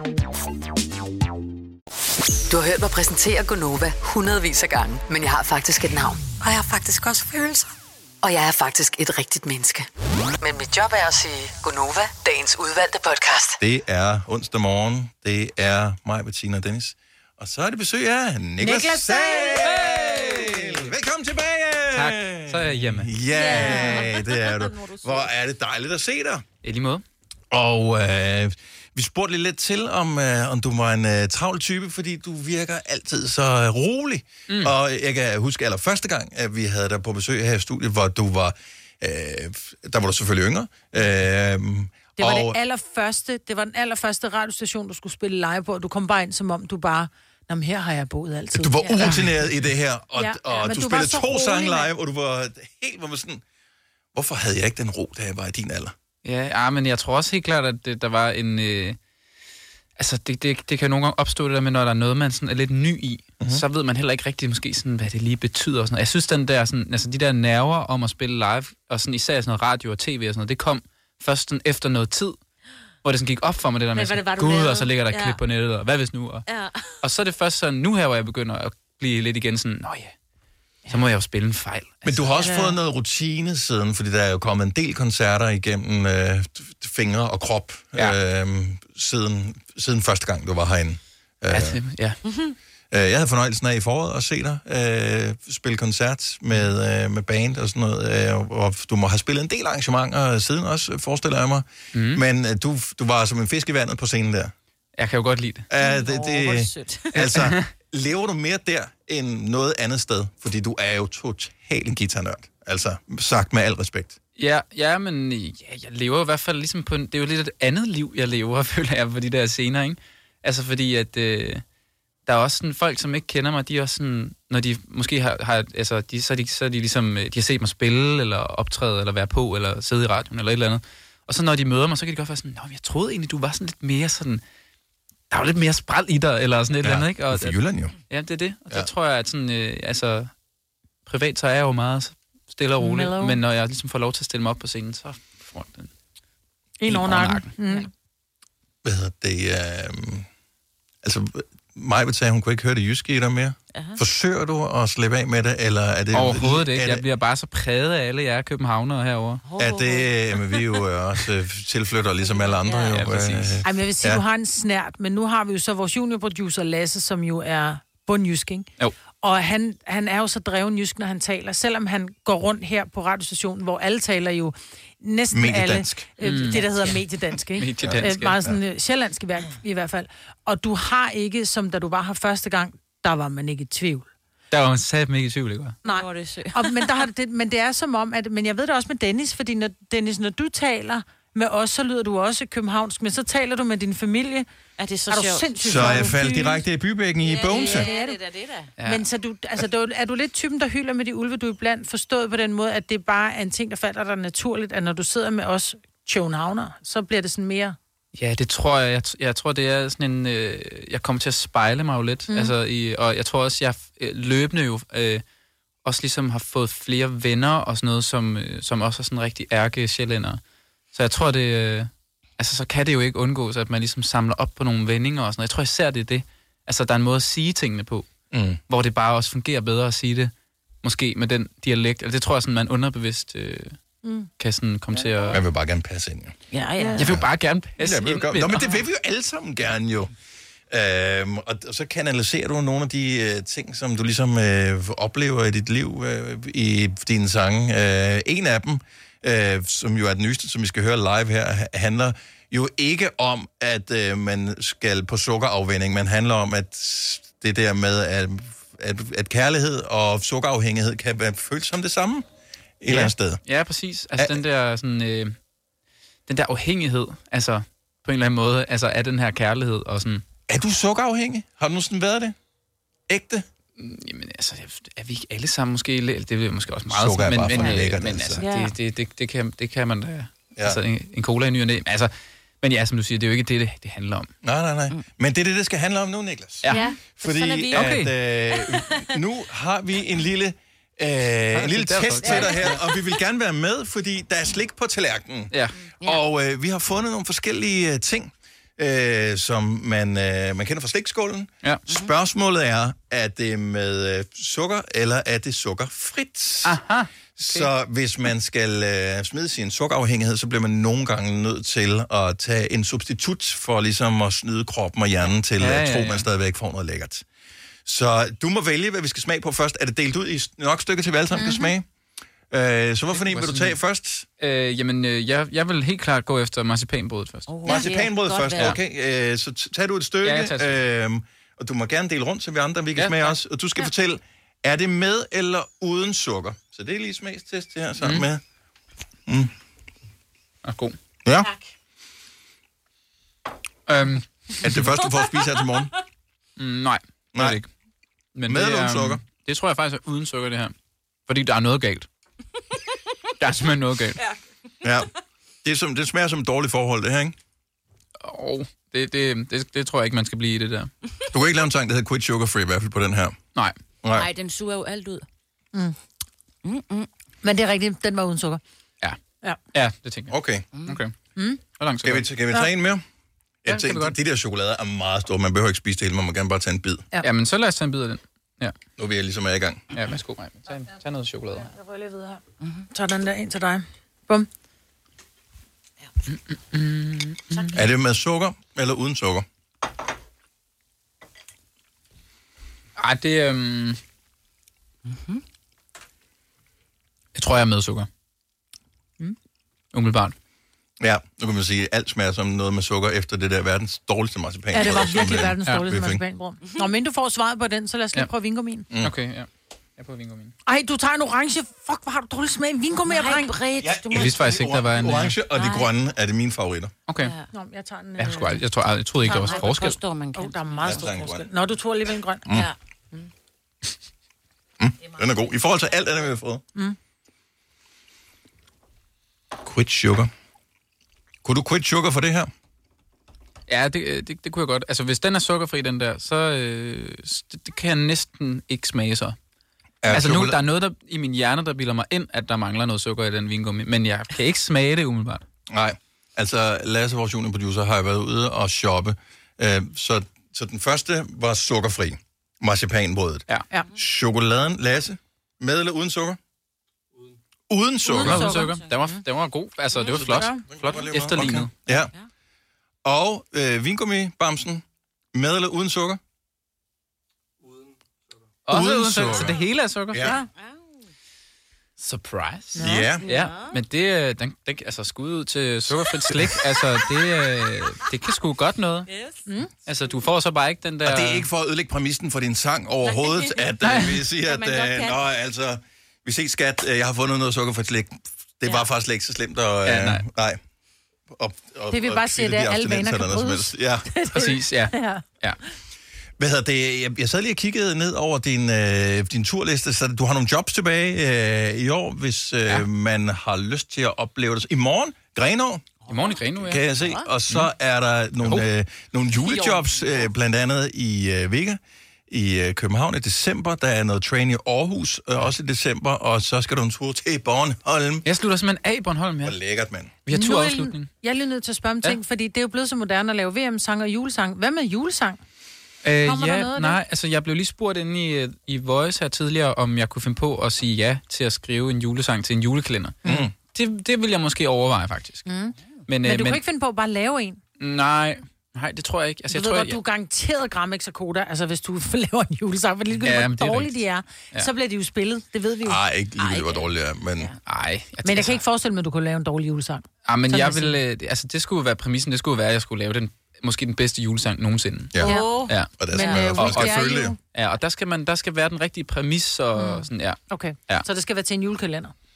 Speaker 6: Du har hørt mig præsentere Gonova hundredvis af gange, men jeg har faktisk et navn. Og jeg har faktisk også følelser. Og jeg er faktisk et rigtigt menneske. Men mit job er at sige Gonova, dagens udvalgte podcast.
Speaker 1: Det er onsdag morgen. Det er mig, Bettina og Dennis. Og så er det besøg af Niklas Sahl. Velkommen tilbage.
Speaker 21: Tak. Så er jeg hjemme.
Speaker 1: Ja, det er du. Hvor er det dejligt at se dig.
Speaker 21: I lige måde.
Speaker 1: Og vi spurgte lidt til, om du var en travl type, fordi du virker altid så rolig. Og jeg kan huske allerførste gang, at vi havde dig på besøg her i studiet, hvor du var, der var du selvfølgelig yngre.
Speaker 2: Det var den allerførste radiostation, du skulle spille live på, og du kom bare ind, som om du bare... Jamen, her har jeg boet altid.
Speaker 1: Du var urutineret i det her, og du spillede 2 sange live, og du var helt hvor man sådan... Hvorfor havde jeg ikke den ro, da jeg var i din alder?
Speaker 21: Ja, men jeg tror også helt klart, at der var en... altså, det kan nogle gange opstå det der med, når der er noget, man sådan er lidt ny i, så ved man heller ikke rigtig måske sådan, hvad det lige betyder. Og sådan noget. Jeg synes, den der, sådan, altså, de der nerver om at spille live, og sådan, især sådan noget radio og tv og sådan noget, det kom først sådan, efter noget tid, hvor det sådan gik op for mig, det der med sådan, gud, og så ligger der klip på nettet, og hvad hvis nu? Og så er det først sådan, nu her, hvor jeg begynder at blive lidt igen sådan, nå ja, så må jeg jo spille en fejl.
Speaker 1: Men du har også fået noget rutine siden, fordi der er jo kommet en del koncerter igennem fingre og krop, siden første gang, du var herinde. Jeg havde fornøjelsen af i foråret at se dig spille koncert med band og sådan noget, og du må have spillet en del arrangementer siden også, forestiller jeg mig. Men du var som en fisk i vandet på scenen der.
Speaker 21: Jeg kan jo godt lide det.
Speaker 1: Altså, lever du mere der end noget andet sted? Fordi du er jo totalt en guitarnørd. Altså, sagt med al respekt.
Speaker 21: Men jeg lever i hvert fald ligesom på det er jo lidt et andet liv, jeg lever, føler jeg, på de der scener, ikke? Altså, fordi at der er også sådan folk, som ikke kender mig, de er også sådan, når de måske har altså, så er de ligesom, de har set mig spille, eller optræde, eller være på, eller sidde i radioen, eller et eller andet. Og så når de møder mig, så kan de godt være sådan, nå, jeg troede egentlig, du var sådan lidt mere sådan... Der var lidt mere spræl i dig, eller sådan et eller andet, ikke? Og
Speaker 1: for Jylland jo.
Speaker 21: Ja, det er det. Og så tror jeg, at sådan, privat så er jeg jo meget stille og rolig, men når jeg ligesom får lov til at stille mig op på scenen, så får jeg den
Speaker 2: en over nakken.
Speaker 1: Hvad hedder det? Altså, Majbet sagde, hun kunne ikke høre det jyske i dig mere. Forsøger du at slippe af med det, eller er det...
Speaker 21: Overhovedet ikke. Jeg bliver bare så præget af alle jer københavnere herovre.
Speaker 1: Er det... Men vi er jo også tilflyttere, ligesom alle andre.
Speaker 21: Ja, præcis.
Speaker 2: Ej, men jeg vil sige, du har en snært, men nu har vi jo så vores juniorproducer Lasse, som jo er bundjysk, ikke?
Speaker 21: Jo.
Speaker 2: Og han er jo så dreven jysk, når han taler. Selvom han går rundt her på radiostationen, hvor alle taler jo næsten
Speaker 1: mediedansk.
Speaker 2: Det, der hedder mediedansk, ikke?
Speaker 21: Mediedansk,
Speaker 2: meget sådan sjællandsk i hvert fald. Og du har ikke, som da du var her første gang, der var man ikke i tvivl.
Speaker 21: Der var man satme ikke i tvivl, ikke?
Speaker 2: Nej, men det er som om, men jeg ved det også med Dennis, fordi når du taler med os, så lyder du også københavnsk, men så taler du med din familie.
Speaker 3: Er det så sjovt?
Speaker 1: Så jeg faldt direkte i bybækken i Bogense.
Speaker 2: Ja, det er det. Men så er du lidt typen, der hylder med de ulve, du er iblandt forstået på den måde, at det bare er en ting, der falder dig naturligt, at når du sidder med os københavner, så bliver det sådan mere...
Speaker 21: Ja, det tror jeg. Jeg tror, det er sådan en... jeg kommer til at spejle mig jo lidt. Og jeg tror også, jeg løbende jo også ligesom har fået flere venner og sådan noget, som også er sådan rigtig ærke-sjællændere. Så jeg tror, det... så kan det jo ikke undgås, at man ligesom samler op på nogle vendinger og sådan noget. Jeg tror især, det er det. Altså, der er en måde at sige tingene på, hvor det bare også fungerer bedre at sige det, måske med den dialekt. Altså, det tror jeg, sådan, man underbevidst kan sådan komme til at...
Speaker 1: Jeg vil bare gerne passe ind, jo.
Speaker 21: Ja. Jeg vil bare gerne passe ind.
Speaker 1: Nå, men det vil vi jo alle sammen gerne, jo. Og så kanaliserer du nogle af de ting, som du ligesom oplever i dit liv, i dine sange. En af dem, som jo er den nyeste, som vi skal høre live her, handler jo ikke om, at man skal på sukkerafvænning, men handler om, at det der med, at kærlighed og sukkerafhængighed kan være følt som det samme et eller andet sted.
Speaker 21: Ja, præcis. Altså den der sådan... den der afhængighed, altså på en eller anden måde, altså af den her kærlighed og sådan.
Speaker 1: Er du sukkerafhængig? Har du nogensinde været det? Ægte?
Speaker 21: Jamen altså, er vi ikke alle sammen måske, det er måske også meget,
Speaker 1: sukker er bare for lækkert,
Speaker 21: men
Speaker 1: altså.
Speaker 21: det kan man da, altså en cola i ny og næ. Altså, men ja, som du siger, det er jo ikke det handler om.
Speaker 1: Nej. Men det er det skal handle om nu, Niklas.
Speaker 21: Ja.
Speaker 1: Fordi nu har vi en lille test til dig her, og vi vil gerne være med, fordi der er slik på tallerkenen.
Speaker 21: Ja.
Speaker 1: Og vi har fundet nogle forskellige ting, som man kender fra slikskålen.
Speaker 21: Ja.
Speaker 1: Spørgsmålet er det med sukker, eller er det sukkerfrit?
Speaker 21: Aha. Okay.
Speaker 1: Så hvis man skal smide sin sukkerafhængighed, så bliver man nogle gange nødt til at tage en substitut for ligesom at snyde kroppen og hjernen til at tro, man stadigvæk får noget lækkert. Så du må vælge, hvad vi skal smage på først. Er det delt ud i nok stykker til, vi alle sammen kan smage? Så hvorfor en vil du tage først?
Speaker 21: Jeg vil helt klart gå efter marcipanbrødet først.
Speaker 1: Marcipanbrødet først, okay. Så tager du et stykke, og du må gerne dele rundt, så vi andre vi kan smage også. Og du skal fortælle, er det med eller uden sukker? Så det er lige smagstest det her sammen med.
Speaker 21: God.
Speaker 1: Ja. Tak. Er det det første, du får at spise her til morgen?
Speaker 21: Nej, det er det ikke. Men
Speaker 1: med eller uden sukker?
Speaker 21: Det tror jeg faktisk er uden sukker, det her. Fordi der er noget galt. Der er simpelthen noget galt.
Speaker 1: Ja. Det smager som et dårligt forhold, det her, ikke?
Speaker 21: Det tror jeg ikke, man skal blive i det der.
Speaker 1: Du kan ikke lave en sang, der hedder Quit Sugar Free, i hvert fald på den her.
Speaker 3: Nej, den suger jo alt ud.
Speaker 2: Men det er rigtigt, den var uden sukker.
Speaker 21: Ja, det tænker jeg.
Speaker 1: Okay.
Speaker 21: Hvor langt
Speaker 1: skal vi tage en mere? Jeg tænker, de der chokolader er meget store. Man behøver ikke spise det hele, man må gerne bare tage en bid.
Speaker 21: Ja, men så lad os tage en bid af den. Ja.
Speaker 1: Nu er vi ligesom i gang.
Speaker 21: Ja, værsgo, Maja. Tag noget chokolade.
Speaker 2: Ja, jeg rører lidt videre her. Så den der ind til dig. Bum.
Speaker 1: Er det med sukker eller uden sukker?
Speaker 21: Ej, det jeg tror, jeg er med sukker. Umiddelbart.
Speaker 1: Ja, nu kan man sige, at alt smager som noget med sukker efter det der verdens dårligste marcipanbrød.
Speaker 2: Ja, det var virkelig verdens dårligste marcipanbrød. Nå, men du får svaret på den, så lad os lige prøve vingummin.
Speaker 21: Okay, ja. Jeg prøver vingummin.
Speaker 2: Ej, du tager en orange. Fuck, hvor har du dårlig smag. Vingummi er dreng.
Speaker 21: Jeg vidste faktisk ikke, der var en...
Speaker 1: Orange og de grønne er det mine favoritter.
Speaker 21: Okay.
Speaker 2: Nå, jeg tager den...
Speaker 21: Jeg troede ikke, der var forskel.
Speaker 2: Der er meget stor forskel. Nå, du tror alligevel en grøn.
Speaker 3: Ja.
Speaker 1: Den er god. I forhold til alt andet, vi har fået. Quit sugar. Kunne du quit sugar for det her?
Speaker 21: Ja, det kunne jeg godt. Altså, hvis den er sukkerfri, den der, så det kan jeg næsten ikke smage så. Altså, der er noget i min hjerne, der bilder mig ind, at der mangler noget sukker i den vingummi, men jeg kan ikke smage det umiddelbart.
Speaker 1: Nej. Altså, Lasse, vores juniorproducer, har været ude og shoppe. Så den første var sukkerfri. Marcipanbrødet.
Speaker 21: Ja.
Speaker 1: Chokoladen, Lasse, med eller uden sukker? Uden sukker.
Speaker 21: Uden sukker. Den var god. Altså, det var flot. Flot efterlignet.
Speaker 1: Okay. Ja. Og vingummi-bamsen, med eller uden sukker?
Speaker 21: Også uden sukker. Så det hele er sukker?
Speaker 1: Ja.
Speaker 21: Surprise.
Speaker 1: Ja.
Speaker 21: Men den altså skud ud til sukkerfrit slik, altså det kan sgu godt noget.
Speaker 3: Yes.
Speaker 21: Altså du får så bare ikke den der...
Speaker 1: Og det er ikke for at ødelægge præmissen for din sang overhovedet, at vi siger, at vi ses skat, jeg har fundet noget sukkerfrit slik. Det var faktisk ikke så slemt at... nej.
Speaker 2: Det vil bare sige, at alle vaner kan brydes.
Speaker 1: Ja,
Speaker 21: præcis, ja.
Speaker 1: Hvad hedder det? Jeg sad lige og kiggede ned over din turliste, så du har nogle jobs tilbage i år, hvis man har lyst til at opleve det. I morgen, Grenaa.
Speaker 21: I morgen i Grenaa, ja.
Speaker 1: Kan jeg se. Og så er der nogle julejobs, blandt andet i Vega i København i december. Der er noget train i Aarhus, også i december, og så skal du en tur til Bornholm.
Speaker 21: Jeg slutter simpelthen af i Bornholm, ja.
Speaker 1: Hvor lækkert, mand.
Speaker 21: Vi har turafslutning.
Speaker 2: Jeg er lige nødt til at spørge om ting, fordi det er jo blevet så moderne at lave VM-sang og julesang. Hvad med julesang?
Speaker 21: Altså jeg blev lige spurgt inde i Voice her tidligere, om jeg kunne finde på at sige ja til at skrive en julesang til en julekalender. Det vil jeg måske overveje, faktisk. Men
Speaker 2: du kan ikke finde på at bare lave en?
Speaker 21: Nej, det tror jeg ikke. Altså,
Speaker 2: du er garanteret Gramex og Koda, altså hvis du laver en julesang, for lige hvor dårligt de er, så bliver de jo spillet, det ved vi jo.
Speaker 1: Nej, ikke lige hvor dårligt det er, men...
Speaker 2: Men jeg kan ikke forestille mig, at du kunne lave en dårlig julesang.
Speaker 21: Men jeg vil... Altså, det skulle være præmissen, det skulle være, at jeg skulle lave måske den bedste julesang nogensinde.
Speaker 1: Ja. Og der skal man også følge det.
Speaker 21: Ja, og der skal være den rigtige præmis og sådan, ja.
Speaker 2: Okay, så det skal være til en julekalender?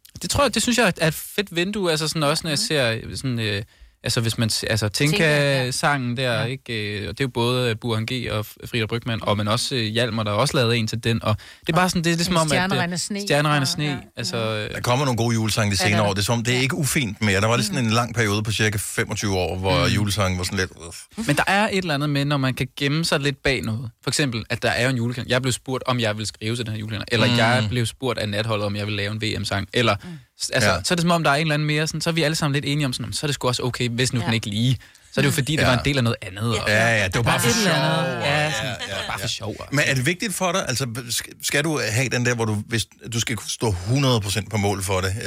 Speaker 21: Det synes jeg er et fedt vindue, altså sådan også, når jeg ser sådan... Altså hvis man Tinka-sangen der, ikke, og det er jo både Burhan G og Frida Brygmann, og men også Hjalmar, der har også lavet en til den, og det er bare sådan, det er ligesom om, at Stjerneregn og sne. Altså,
Speaker 1: der kommer nogle gode julesange de senere år, det er som, det er ikke ufint mere. Der var lige sådan en lang periode på cirka 25 år, hvor julesangen var sådan lidt...
Speaker 21: Men der er et eller andet med, når man kan gemme sig lidt bag noget. For eksempel, at der er jo en julekalender. Jeg blev spurgt, om jeg vil skrive til den her julekalender, eller jeg blev spurgt af Natholdet, om jeg vil lave en VM-sang, eller... Altså, så er det som om, der er en eller anden mere, sådan, så er vi alle sammen lidt enige om sådan, så er det sgu også okay, hvis nu den ikke lige. Så er det jo fordi, det var en del af noget andet.
Speaker 1: Ja, det var bare for sjov.
Speaker 21: Bare for sjov.
Speaker 1: Men er det vigtigt for dig, altså skal du have den der, hvor hvis du skal stå 100% på mål for det,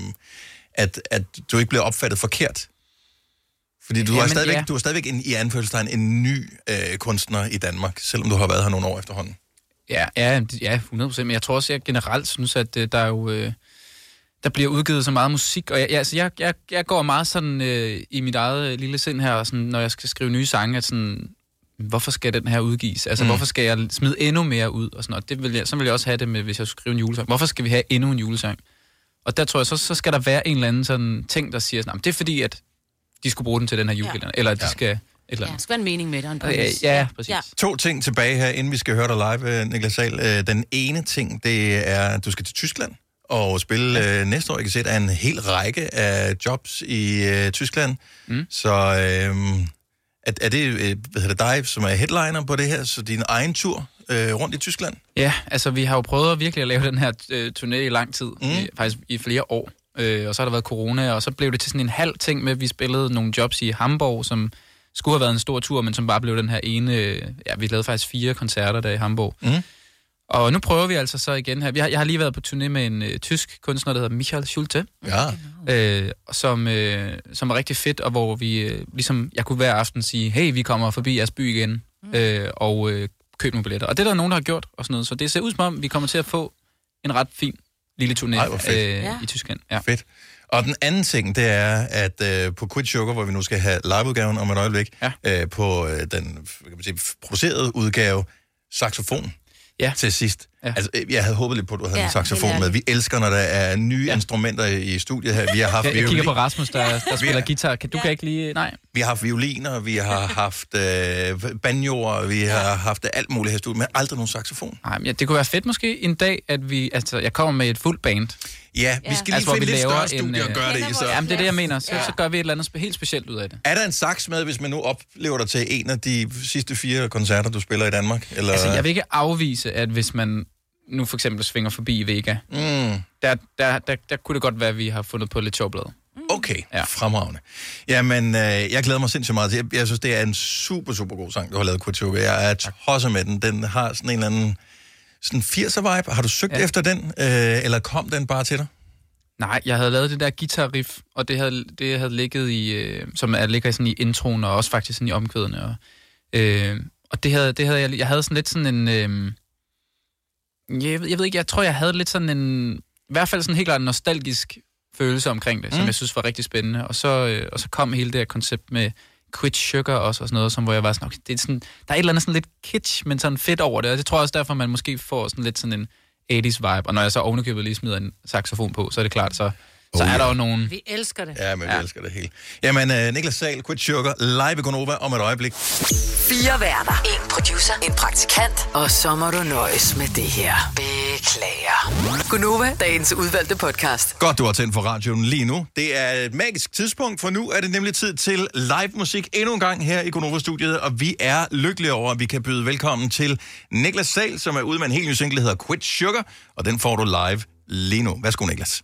Speaker 1: at du ikke bliver opfattet forkert? Fordi du er stadigvæk i anførselstegn en ny kunstner i Danmark, selvom du har været her nogle år efterhånden.
Speaker 21: Ja, 100%. Men jeg tror også, jeg generelt synes, at der er jo... Der bliver udgivet så meget musik, og jeg går meget sådan i mit eget lille sind her, sådan, når jeg skal skrive nye sange, at sådan, hvorfor skal den her udgives? Altså, hvorfor skal jeg smide endnu mere ud? Og sådan, og så vil jeg også have det med, hvis jeg skriver en julesang. Hvorfor skal vi have endnu en julesang? Og der tror jeg, så skal der være en eller anden sådan ting, der siger sådan, det er fordi, at de skulle bruge den til den her julekalender, eller at de skal...
Speaker 3: Det skal være en mening med det.
Speaker 21: Præcis.
Speaker 3: Ja.
Speaker 1: 2 ting tilbage her, inden vi skal høre dig live, Niklas Sahl. Den ene ting, det er, at du skal til Tyskland og spille næste år. Jeg kan se, at der er en hel række af jobs i Tyskland. Så er det dig, som er headliner på det her, så din egen tur rundt i Tyskland?
Speaker 21: Ja, altså vi har jo prøvet virkelig at lave den her turné i lang tid, faktisk i flere år. Og så har der været corona, og så blev det til sådan en halv ting med, at vi spillede nogle jobs i Hamburg, som skulle have været en stor tur, men som bare blev den her ene... vi lavede faktisk 4 koncerter der i Hamburg. Og nu prøver vi altså så igen her. Jeg har lige været på turné med en tysk kunstner, der hedder Michael Schulte. Som var rigtig fedt, og hvor vi ligesom... Jeg kunne hver aften sige, hey, vi kommer forbi jeres by igen, og køb nogle billetter. Og det er der nogen, der har gjort, og sådan noget. Så det ser ud som om, vi kommer til at få en ret fin lille turné i Tyskland. Ja.
Speaker 1: Fedt. Og den anden ting, det er, at på Quit Sugar, hvor vi nu skal have liveudgaven om et øjeblik, på den producerede udgave, saxofon til sidst. Ja. Altså, jeg havde håbet lidt på, at du havde en saxofon med. Vi elsker, når der er nye instrumenter i studiet her. Vi har haft
Speaker 21: jeg kigger på Rasmus, der spiller guitar. Du kan ikke lige... Nej.
Speaker 1: Vi har haft violiner, vi har haft banjoer, vi har haft alt muligt her i studiet, men aldrig nogen saxofon.
Speaker 21: Nej, men det kunne være fedt måske en dag, at vi... Altså, jeg kommer med et fuldt band.
Speaker 1: Ja, vi skal lige finde lidt større studie og gøre det i.
Speaker 21: Jamen, det er det, jeg mener. Så gør vi et eller andet helt specielt ud af det.
Speaker 1: Er der en sax med, hvis man nu oplever dig til en af de sidste 4 koncerter, du spiller i Danmark? Eller?
Speaker 21: Altså, jeg vil ikke afvise, at hvis man nu for eksempel svinger forbi i Vega, der kunne det godt være, at vi har fundet på lidt sjovblad.
Speaker 1: Okay, fremragende. Jamen, jeg glæder mig sindssygt meget til. Jeg synes, det er en super, super god sang, du har lavet, Quit Sugar. Jeg er tosset med den. Den har sådan en eller anden sådan 80'er-vibe. Har du søgt efter den, eller kom den bare til dig?
Speaker 21: Nej, jeg havde lavet det der guitar-riff, og det havde ligget i, som ligger sådan i introen, og også faktisk sådan i omkvædene. Og det havde jeg havde sådan lidt sådan en... Jeg ved ikke, jeg tror, jeg havde lidt sådan en... I hvert fald sådan helt klart en nostalgisk følelse omkring det, som jeg synes var rigtig spændende. Og så kom hele det her koncept med Quit Sugar også, og sådan noget, som, hvor jeg var sådan, okay, det er sådan, der er et eller andet sådan lidt kitsch, men sådan fedt over det. Og det tror jeg også derfor, man måske får sådan lidt sådan en 80's vibe. Og når jeg så ovenikøbet lige smider en saxofon på, så er det klart, så er der jo nogen...
Speaker 2: Vi elsker det.
Speaker 1: Ja, men vi elsker det helt. Jamen, Niklas Sahl, Quit Sugar, live i Gonova om et øjeblik.
Speaker 6: 4 værter, 1 producer, en praktikant, og så må du nøjes med det her. Beklager. Gonova, dagens udvalgte podcast.
Speaker 1: Godt, du har tændt for radioen lige nu. Det er et magisk tidspunkt, for nu er det nemlig tid til live musik endnu en gang her i Gonova-studiet, og vi er lykkelige over, at vi kan byde velkommen til Niklas Sahl, som er ude med en helt ny single, der hedder Quit Sugar, og den får du live lige nu. Værsgo, Niklas.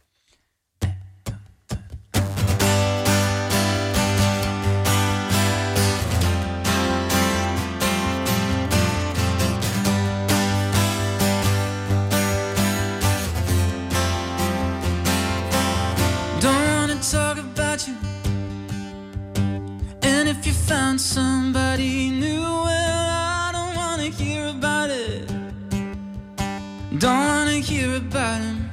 Speaker 4: Somebody new, well, I don't wanna hear about it. Don't wanna hear about him.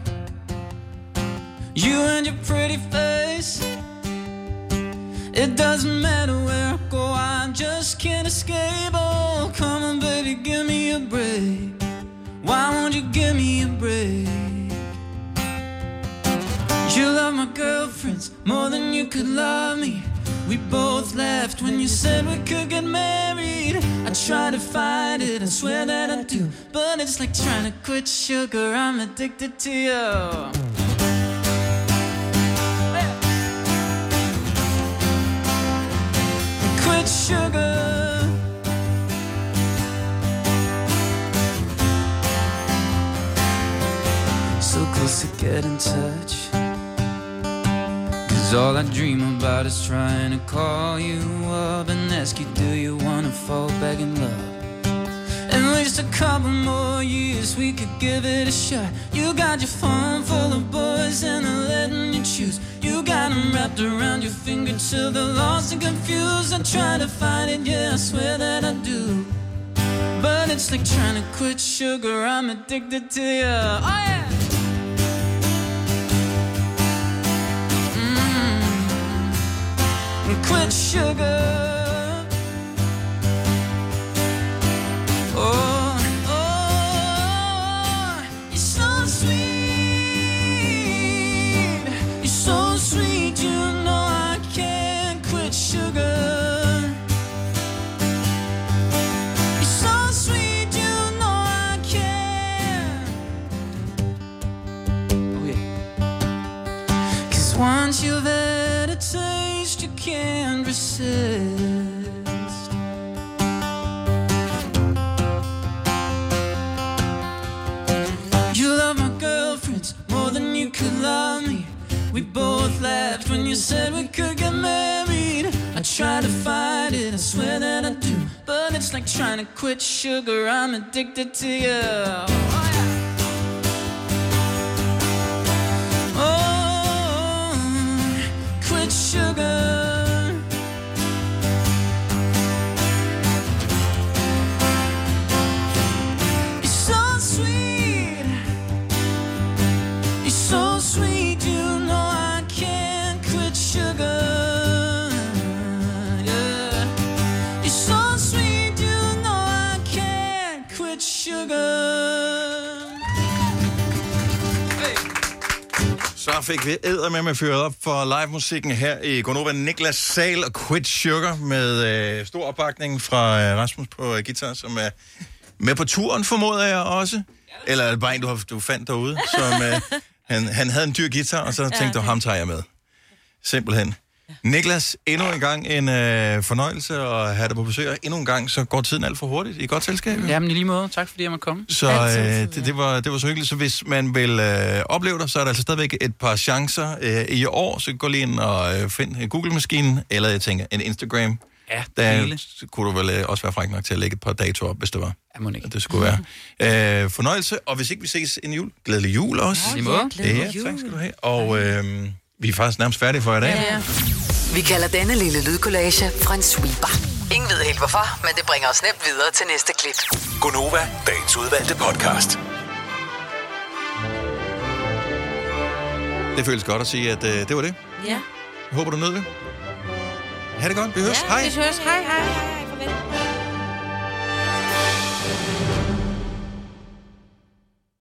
Speaker 4: You and your pretty face. It doesn't matter where I go, I just can't escape. Oh, come on, baby, give me a break. Why won't you give me a break? girlfriends more than you could love me. We both laughed when you said we could get married. I try to fight it, I swear that I do, but it's like trying to quit sugar. I'm addicted to you. Quit sugar. So close to get in touch. Cause all I dream about is trying to call you up and ask you, do you wanna fall back in love? At least a couple more years, we could give it a shot. You got your phone full of boys and they're letting you choose. You got them wrapped around your finger till they're lost and confused. I try to fight it, yeah, I swear that I do, but it's like trying to quit sugar. I'm addicted to you. Oh yeah. Quit sugar. Oh, oh, you're so sweet. You're so sweet, you know I can't quit sugar. You're so sweet, you know I can't. Oh yeah. Cause once you've had a taste, you can't resist. You love my girlfriends more than you could love me. We both laughed when you said we could get married. I try to fight it, I swear that I do, but it's like trying to quit sugar. I'm addicted to you. Oh, quit sugar. So sweet, you know I can't quit sugar. Yeah. You're so sweet, you know I can't quit sugar.
Speaker 1: Hey. Så fik vi eddermame fyret op for live-musikken her i Gonova. Niklas Sahl og Quit Sugar med stor opbakning fra Rasmus på guitar, som er med på turen, formoder jeg også. Eller er det bare en, du fandt derude, som... Han havde en dyr guitar, og så tænkte du, ham tager jeg med. Simpelthen. Niklas, endnu en gang en fornøjelse at have dig på besøg. Endnu en gang, så går tiden alt for hurtigt. I godt selskab.
Speaker 21: Jamen i lige måde. Tak fordi jeg måtte komme.
Speaker 1: Så det var så hyggeligt. Så hvis man vil opleve dig, så er der altså stadigvæk et par chancer i år. Så gå lige ind og find Google-maskinen, eller jeg tænker en Instagram.
Speaker 21: Ja,
Speaker 1: der kunne du vel også være fræk nok til at lægge et par datoer op, hvis det var.
Speaker 21: Ja, må ikke.
Speaker 1: Det skulle være. Fornøjelse, og hvis ikke vi ses inden jul, glædelig jul også.
Speaker 21: Ja,
Speaker 1: tak skal du have. Og vi er faktisk nærmest færdige for i dag.
Speaker 6: Ja. Vi kalder denne lille lydkollage en sweeper. Ingen ved helt hvorfor, men det bringer os nemt videre til næste klip.
Speaker 7: Gonova, dagens udvalgte podcast.
Speaker 1: Det føles godt at sige, at det var det.
Speaker 3: Ja.
Speaker 1: Jeg håber, du nød det. Ha' det godt. Vi høres.
Speaker 3: Ja, vi høres. Hej, hej.